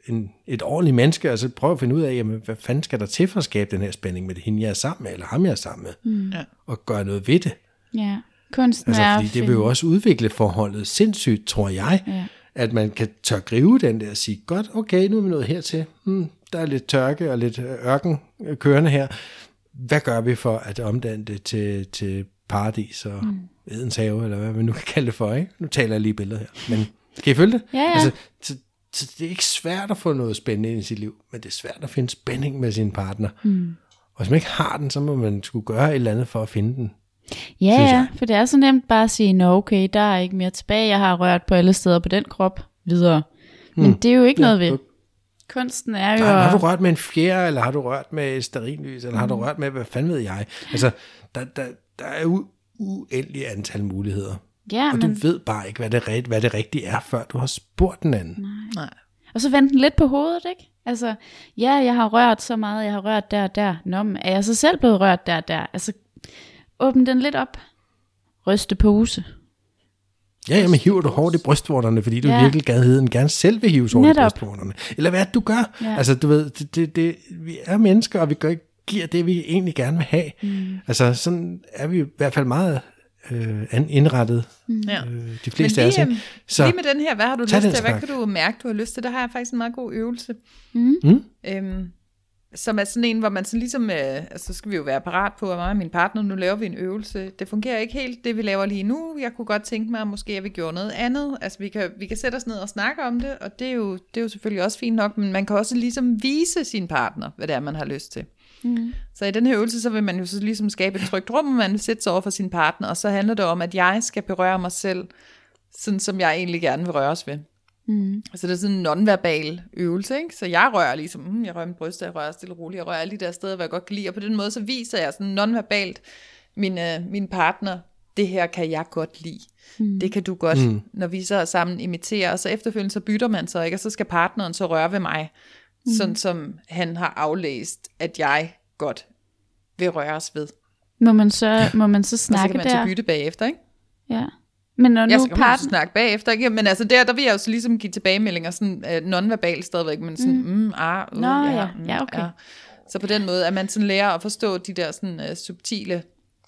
et ordentligt menneske, og så prøve at finde ud af, jamen, hvad fanden skal der til for at skabe den her spænding med det hende, jeg er sammen med, eller ham, jeg er sammen med, og gøre noget ved det. Ja, kunsten altså, er fordi det vil jo også udvikle forholdet sindssygt, tror jeg, at man kan tør gribe den der og sige, godt, okay, nu er vi nået hertil, der er lidt tørke og lidt ørken kørende her, hvad gør vi for at omdanne det til paradis og Edens have, eller hvad man nu kan kalde det for, ikke? Nu taler jeg lige billedet her, men kan I følge det? Ja. Altså, så det er ikke svært at få noget spændende ind i sit liv, men det er svært at finde spænding med sin partner. Og hvis man ikke har den, så må man skulle gøre et eller andet for at finde den. Ja, for det er så nemt bare at sige, nå okay, der er ikke mere tilbage, jeg har rørt på alle steder på den krop, videre. Men det er jo ikke noget ved. Kunsten er jo... Har du rørt med en fjer, eller har du rørt med et stearinlys, eller har du rørt med, hvad fanden ved jeg? Altså, der er uendelig antal muligheder. Ja, og du ved bare ikke, hvad det rigtige er, før du har spurgt den anden. Nej. Og så vend den lidt på hovedet, ikke? Altså, ja, jeg har rørt så meget, jeg har rørt der. Nå, men er jeg så selv blevet rørt der? Altså, åbn den lidt op. Ryste pose. Ja, jamen hiver du hårdt i brystvorterne, fordi du virkelig gerne selv vil hive hårdt i brystvorterne. Eller hvad du gør. Ja. Altså, du ved, vi er mennesker, og vi giver det, vi egentlig gerne vil have. Altså, sådan er vi i hvert fald meget indrettet. De fleste af os. Lige med den her, hvad har du lyst til? Hvad kan du mærke, du har lyst til? Der har jeg faktisk en meget god øvelse. Som er sådan en, hvor man sådan ligesom, så skal vi jo være parat på, at mig og min partner, nu laver vi en øvelse. Det fungerer ikke helt, det vi laver lige nu. Jeg kunne godt tænke mig, at måske vi gjorde noget andet. Altså vi kan sætte os ned og snakke om det, og det er jo selvfølgelig også fint nok, men man kan også ligesom vise sin partner, hvad det er, man har lyst til. Så i den her øvelse, så vil man jo så ligesom skabe et trygt rum, og man vil sætte sig over for sin partner, og så handler det om, at jeg skal berøre mig selv, sådan som jeg egentlig gerne vil røres ved. Altså det er sådan en non-verbal øvelse, ikke? Så jeg rører ligesom, jeg rører min bryst, jeg rører stille og roligt, jeg rører alle de der steder, hvor jeg godt kan lide, og på den måde, så viser jeg sådan non-verbalt min partner, det her kan jeg godt lide. Det kan du godt, når vi så er sammen imiterer, og så efterfølgende så bytter man sig, ikke? Og så skal partneren så røre ved mig, sådan som han har aflæst, at jeg godt vil røres ved. Må man så snakke der? Og så kan man så bytte bagefter, ikke? Ja. Men når så kan man snakke bagefter, ikke? Men altså der vil jeg jo så ligesom give tilbagemeldinger, sådan non-verbalt stadigvæk, men sådan, okay. Ja. Så på den måde, at man sådan lærer at forstå de der sådan subtile,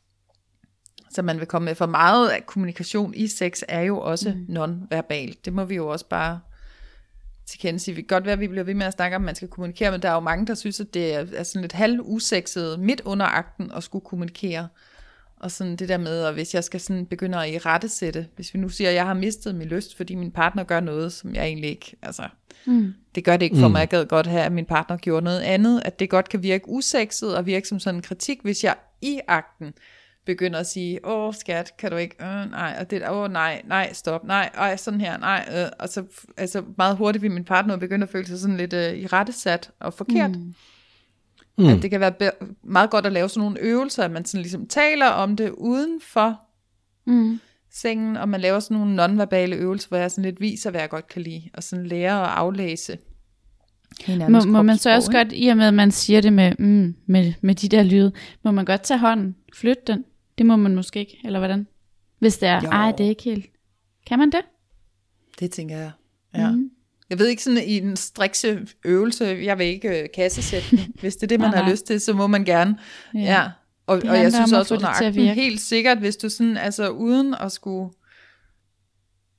så man vil komme med. For meget af kommunikation i sex er jo også non-verbalt. Det må vi jo også bare tilkendelse. Vi kan godt være, at vi bliver ved med at snakke om, at man skal kommunikere, men der er jo mange, der synes, at det er sådan lidt halvusekset midt under akten at skulle kommunikere. Og sådan det der med, at hvis jeg skal sådan begynde at irettesætte, hvis vi nu siger, at jeg har mistet min lyst, fordi min partner gør noget, som jeg egentlig ikke, altså, det gør det ikke for mig. Jeg gad godt have, at min partner gjorde noget andet, at det godt kan virke usekset og virke som sådan en kritik, hvis jeg i akten begynder at sige, skat, kan du ikke, nej, og det, nej, stop, nej, sådan her, nej, og så altså meget hurtigt vil min partner begynde at føle sig sådan lidt irettesat og forkert. At det kan være meget godt at lave sådan nogle øvelser, at man sådan ligesom taler om det uden for sengen, og man laver sådan nogle nonverbale øvelser, hvor jeg sådan lidt viser, hvad jeg godt kan lide, og sådan lærer at aflæse hinandens må man så også godt, i og med at man siger det med de der lyde, må man godt tage hånden, flytte den? Det må man måske ikke, eller hvordan? Hvis det er, det er ikke helt. Kan man det? Det tænker jeg, ja. Jeg ved ikke sådan i en strikse øvelse, jeg vil ikke kassesætte den. Hvis det er det, man har lyst til, så må man gerne. Ja. Og jeg synes også under akten, helt sikkert, hvis du sådan, altså uden at skulle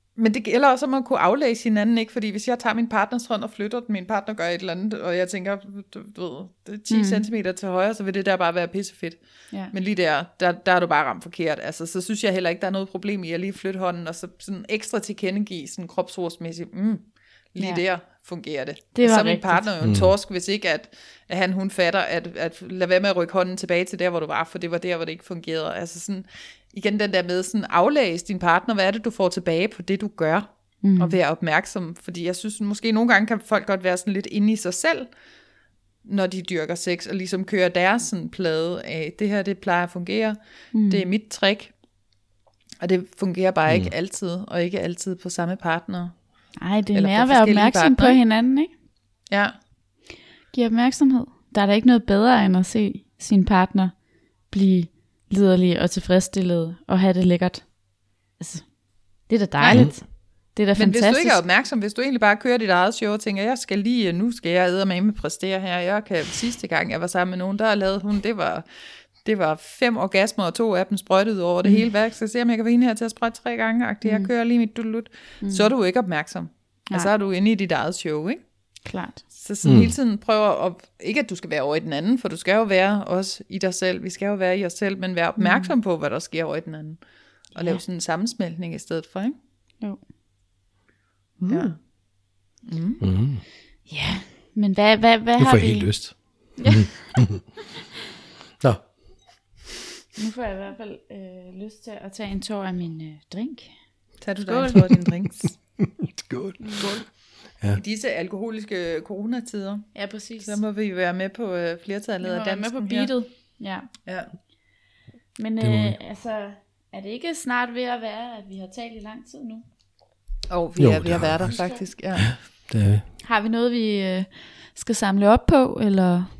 Men det gælder også om at kunne aflæse hinanden, ikke? Fordi hvis jeg tager min partners hånd og flytter den, min partner gør et eller andet, og jeg tænker, du ved, det er 10 centimeter til højre, så vil det der bare være pissefedt. Ja. Men lige der er du bare ramt forkert. Altså, så synes jeg heller ikke, der er noget problem i at lige flytte hånden, og så sådan ekstra tilkendegive, sådan kropsordsmæssigt, lige der fungerer det. Så er min partner jo en torsk, hvis ikke at hun fatter, at lade være med at rykke hånden tilbage til der, hvor du var, for det var der, hvor det ikke fungerede. Altså sådan, igen den der med sådan aflæse din partner, hvad er det, du får tilbage på det, du gør, og være opmærksom, fordi jeg synes, måske nogle gange kan folk godt være sådan lidt inde i sig selv, når de dyrker sex, og ligesom kører deres sådan plade af, det her, det plejer at fungere, det er mit trick, og det fungerer bare ikke altid, og ikke altid på samme partner. Nej, det er mere at være opmærksom på hinanden, ikke? Ja. Giv opmærksomhed. Der er da ikke noget bedre, end at se sin partner blive liderlig og tilfredsstillet, og have det lækkert. Altså, det er da dejligt. Det er da fantastisk. Men hvis du ikke er opmærksom, hvis du egentlig bare kører dit eget show og tænker, nu skal jeg eddermame præstere her. Jeg kan sidste gang, jeg var sammen med nogen, der lavede hun, det var 5 orgasmer, og 2 af dem sprøjtede over det hele værk. Så jeg ser, om jeg kan være inde her til at sprøjte 3 gange. Jeg kører lige mit dulut. Så er du ikke opmærksom. Og så er du inde i dit eget show, ikke? Klart. Så sådan hele tiden prøver at, ikke at du skal være over i den anden, for du skal jo være også i dig selv. Vi skal jo være i os selv, men være opmærksom på, hvad der sker over i den anden. Og lave sådan en sammensmeltning i stedet for, ikke? Jo. Ja. Ja, men hvad har vi? Nu får jeg helt lyst. Ja. Nå. Nu får jeg i hvert fald lyst til at tage en tår af min drink. Tag du dig en tår af din drinks. Skål. Ja. I disse alkoholiske coronatider. Ja, præcis. Så må vi være med på flertallet af dansken. Vi må være med på beatet. Ja. Men altså, er det ikke snart ved at være, at vi har talt i lang tid nu? Vi er ved at være der faktisk, ja. Det er vi. Har vi noget, vi skal samle op på, eller?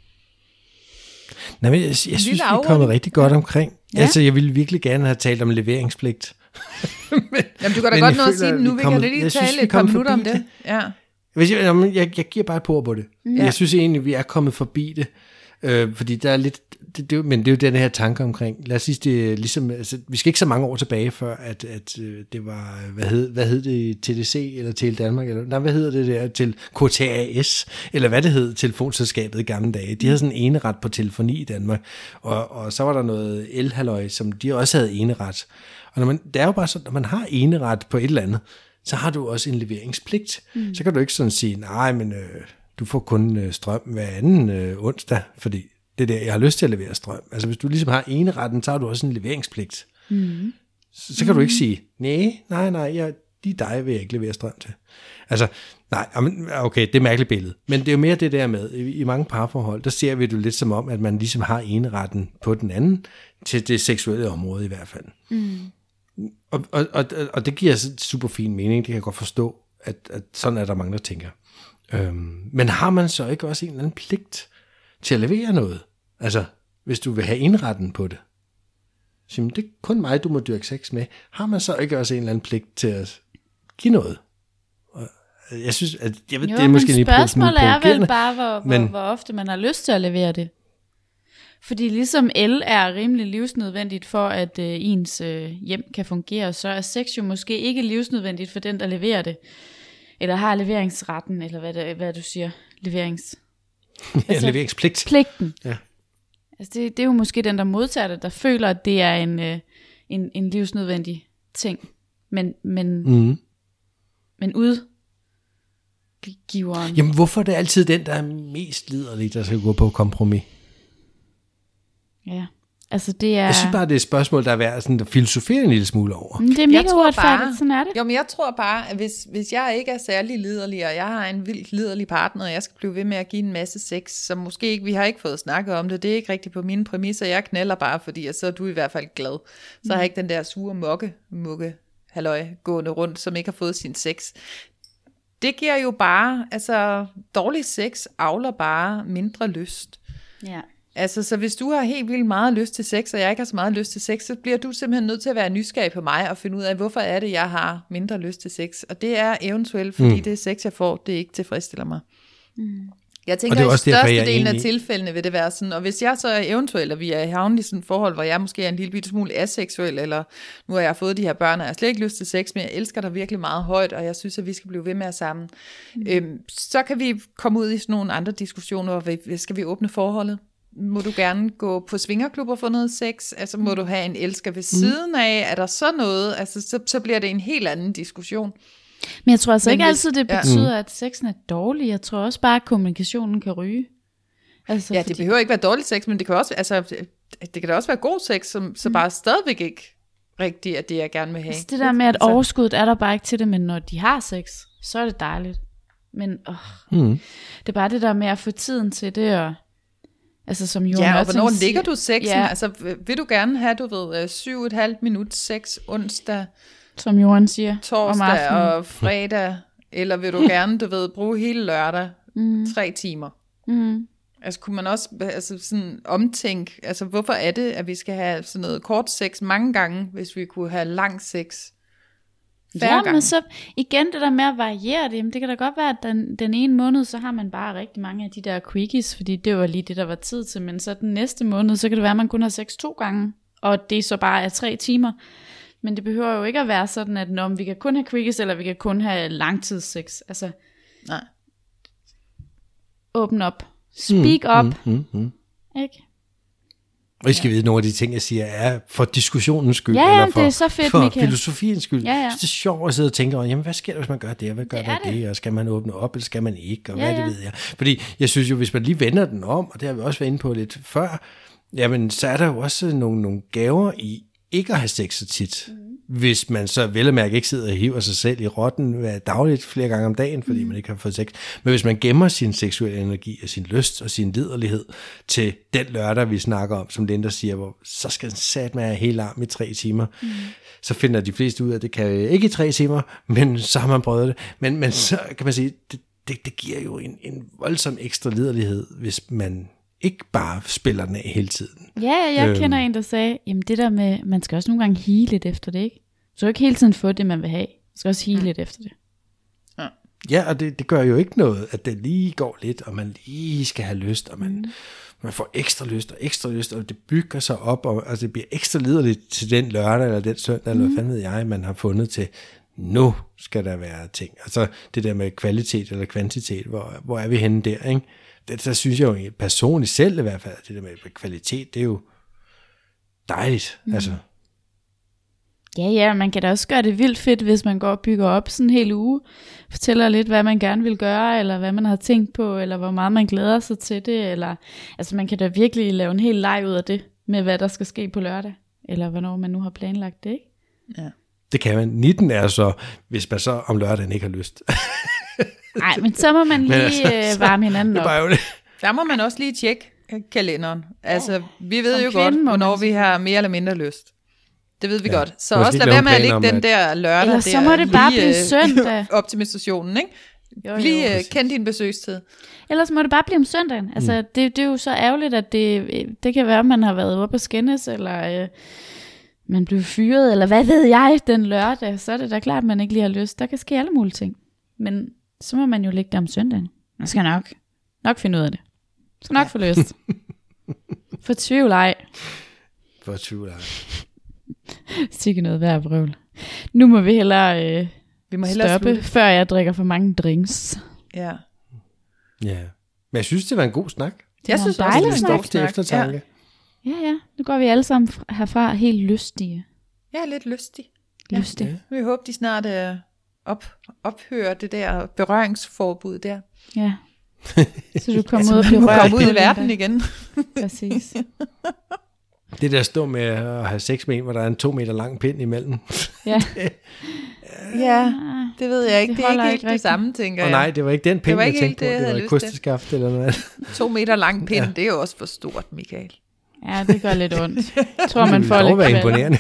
Nej, men jeg synes, vi er kommet rigtig godt omkring. Ja. Altså, jeg ville virkelig gerne have talt om leveringspligt. Jamen, du kan da godt noget at sige nu. Vi kan lige tale et par minutter om det. Ja. Jeg giver bare et ord på det. Ja. Jeg synes egentlig, vi er kommet forbi det. Fordi der er lidt... men det er jo den her tanke omkring. Lad os sige, det er ligesom... Altså, vi skal ikke så mange år tilbage, før at det var... Hvad hed det? TDC eller Tele Danmark? Eller, nej, hvad hedder det der? Til KTAS? Eller hvad det hed? Telefonselskabet i gamle dage. De havde sådan en eneret på telefoni i Danmark. Og så var der noget elhalløj, som de også havde eneret. Og det er jo bare sådan, når man har eneret på et eller andet, så har du også en leveringspligt. Så kan du ikke sådan sige, nej, men du får kun strøm hver anden onsdag, fordi det er der, jeg har lyst til at levere strøm. Altså hvis du ligesom har eneretten, så har du også en leveringspligt. Så kan du ikke sige, nej, de dig vil jeg ikke levere strøm til. Altså, nej, okay, det er et mærkeligt billede. Men det er jo mere det der med, i mange parforhold, der ser vi det lidt som om, at man ligesom har eneretten på den anden, til det seksuelle område i hvert fald. Og det giver super fin mening, det kan jeg godt forstå, at sådan er der mange, der tænker. Men har man så ikke også en eller anden pligt til at levere noget? Altså, hvis du vil have indretten på det. Så det er kun mig, du må dyrke sex med. Har man så ikke også en eller anden pligt til at give noget? Og jeg synes, at det er måske lige spørgsmålet er vel bare, hvor ofte man har lyst til at levere det. Fordi ligesom el er rimelig livsnødvendigt for, at ens hjem kan fungere, så er sex jo måske ikke livsnødvendigt for den, der leverer det. Eller har leveringsretten, eller hvad du siger, leveringspligt. Pligten. Ja. Altså det er jo måske den, der modtager det, der føler, at det er en livsnødvendig ting. Men udgiveren... Jamen hvorfor er det altid den, der er mest liderlig, der skal gå på kompromis? Ja, altså det er... Jeg synes bare, det er et spørgsmål, der er værd sådan at filosofere en lille smule over. Det er mega uretfærdigt, sådan er det. Jo, men jeg tror bare, at hvis jeg ikke er særlig liderlig, og jeg har en vildt liderlig partner, og jeg skal blive ved med at give en masse sex, som måske ikke, vi har ikke fået snakket om det, det er ikke rigtigt på mine præmisser, jeg knælder bare, fordi så er du i hvert fald glad. Så har jeg ikke den der sure mukke halløj gående rundt, som ikke har fået sin sex. Det giver jo bare, altså dårlig sex avler bare mindre lyst. Ja. Altså, så hvis du har helt vildt meget lyst til sex, og jeg ikke har så meget lyst til sex, så bliver du simpelthen nødt til at være nysgerrig på mig, og finde ud af, hvorfor er det, jeg har mindre lyst til sex. Og det er eventuelt, fordi det sex, jeg får, det ikke tilfredsstiller mig. Jeg tænker, at i størstedelen af tilfældene vil det være sådan, og hvis jeg så er eventuelt, at vi er havnet i sådan et forhold, hvor jeg måske er en lille bitte smule aseksuel, eller nu har jeg fået de her børn, og jeg har slet ikke lyst til sex, men jeg elsker dig virkelig meget højt, og jeg synes, at vi skal blive ved med at sammen, så kan vi komme ud i sådan nogle andre diskussioner, hvor skal vi åbne forholdet? Må du gerne gå på svingerklub og få noget sex? Altså må du have en elsker ved siden af? Er der så noget? Altså så bliver det en helt anden diskussion. Men jeg tror altså ikke altid, det betyder, at sexen er dårlig. Jeg tror også bare, at kommunikationen kan ryge. Altså, ja, det behøver ikke være dårlig sex, men det kan også, altså, det kan da også være god sex, som så bare stadigvæk ikke rigtigt, at det jeg gerne vil have. Altså, det der med, at overskuddet er der bare ikke til det, men når de har sex, så er det dejligt. Men det er bare det der med at få tiden til det, og altså som Johan og hvornår ligger du sexen? Ja. Altså vil du gerne have, du ved, 7,5 minut sex onsdag, som Johan siger, torsdag og fredag, eller vil du gerne, du ved, bruge hele lørdag 3 timer? Altså kunne man også sådan omtænke, altså hvorfor er det, at vi skal have sådan noget kort sex mange gange, hvis vi kunne have lang sex færre gange? Men så igen det der med at variere det, jamen det kan da godt være, at den ene måned, så har man bare rigtig mange af de der quickies, fordi det var lige det, der var tid til, men så den næste måned, så kan det være, at man kun har sex 2 gange, og det så bare er 3 timer. Men det behøver jo ikke at være sådan, at vi kan kun have quickies, eller vi kan kun have langtidssex. Altså, nej. Open up. Speak up. Ikke? Og I skal vide, nogle af de ting, jeg siger, er for diskussionens skyld, ja, eller for, det er så fedt, for Michael. filosofiens skyld. Ja. Så det er sjovt at sidde og tænke over, jamen hvad sker der, hvis man gør det, og hvad gør der det, og skal man åbne op, eller skal man ikke, og hvad det ved jeg. Fordi jeg synes jo, hvis man lige vender den om, og det har vi også været inde på lidt før, jamen så er der jo også nogle gaver i ikke at have sex så tit. Hvis man så vel at mærke ikke sidder og hiver sig selv i rotten dagligt flere gange om dagen, fordi man ikke har fået sex. Men hvis man gemmer sin seksuelle energi og sin lyst og sin liderlighed til den lørdag, vi snakker om, som Linda siger, hvor så skal den satme have helt arm i 3 timer. Så finder de fleste ud af, at det kan ikke i 3 timer, men så har man prøvet det. Men så kan man sige, det giver jo en voldsom ekstra liderlighed, hvis man ikke bare spiller den af hele tiden. Ja, jeg kender en, der sagde, jamen det der med, man skal også nogle gange hile lidt efter det, ikke? Så ikke hele tiden få det, man vil have. Man skal også hile lidt efter det. Ja, og det gør jo ikke noget, at det lige går lidt, og man lige skal have lyst, og man får ekstra lyst, og det bygger sig op, og altså, det bliver ekstra liderligt til den lørdag, eller den søndag, eller hvad fanden ved jeg, man har fundet til, nu skal der være ting. Altså det der med kvalitet eller kvantitet, hvor er vi henne der, ikke? Der synes jeg jo personligt selv i hvert fald, det der med kvalitet, det er jo dejligt, altså. Ja, man kan da også gøre det vildt fedt, hvis man går og bygger op sådan en hel uge, fortæller lidt, hvad man gerne vil gøre, eller hvad man har tænkt på, eller hvor meget man glæder sig til det, eller altså man kan da virkelig lave en hel leg ud af det, med hvad der skal ske på lørdag, eller hvornår man nu har planlagt det, ikke? Ja. Det kan man. 19 er så, hvis man så om lørdagen ikke har lyst. Nej, men så må man lige varme hinanden op. Der må man også lige tjekke kalenderen. Altså, vi ved jo godt, hvornår vi har mere eller mindre lyst. Det ved vi godt. Så også lad være med at lægge den der lørdag. Eller så må det bare blive søndag. Optimisationen, ikke? Lige kend din besøgstid. Ellers må det bare blive om søndagen. Altså, det er jo så ærgerligt, at det kan være, at man har været oppe og skændes, eller man blev fyret, eller hvad ved jeg, den lørdag. Så er det da klart, at man ikke lige har lyst. Der kan ske alle mulige ting. Men så må man jo lægge det om søndagen. Man skal nok finde ud af det. Man skal nok få lyst. For tvivl ej. For tvivl ej. Sikke noget værd vrøvl. Nu må vi hellere, stoppe, slutte, før jeg drikker for mange drinks. Ja. Ja. Men jeg synes, det var en god snak. Jeg synes også, det var en god snak. Eftertanke. Ja. Nu går vi alle sammen herfra helt lystige. Ja, lidt lystig. Lystig. Vi håber, de snart ophører det der berøringsforbud der. Ja. Så du kommer ud og bliver rørt. Komme ud i verden igen. Præcis. Det der stå med at have sex med en, hvor der er en 2 meter lang pind imellem. Ja. Ja, det ved jeg ikke. Det er ikke helt det samme, tænker jeg. Nej, det var ikke den pind, jeg tænkte på. Det var et kosteskaft eller noget. 2 meter lang pind, det er jo også for stort, Michael. Ja, det gør lidt ondt. Jeg tror, man får lidt være imponerende.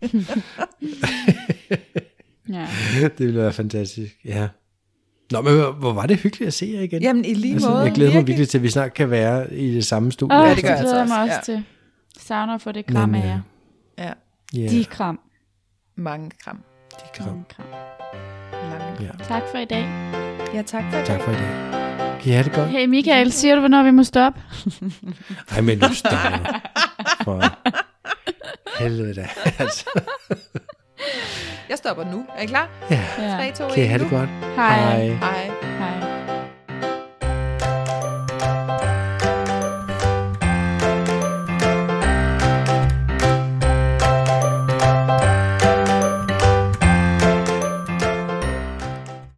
Ja. Det ville være fantastisk, ja. Nå, men hvor var det hyggeligt at se jer igen. Jamen, i lige måde. Jeg glæder mig virkelig til, at vi snart kan være i det samme studie. Ja, det gør jeg glæder mig også til. Savner for det kram af jer. Ja. Yeah. De kram. Mange kram. De kram. Mange kram. Ja. Tak for i dag. Ja, tak for i dag. Tak for i dag. Kan I have det godt? Hey Michael, siger du, hvornår vi må stoppe? Ej, men nu stopper. For helvede da. Altså. Jeg stopper nu. Er I klar? Ja. 3, 2, 1. Kan I have det godt? Hej. Hej.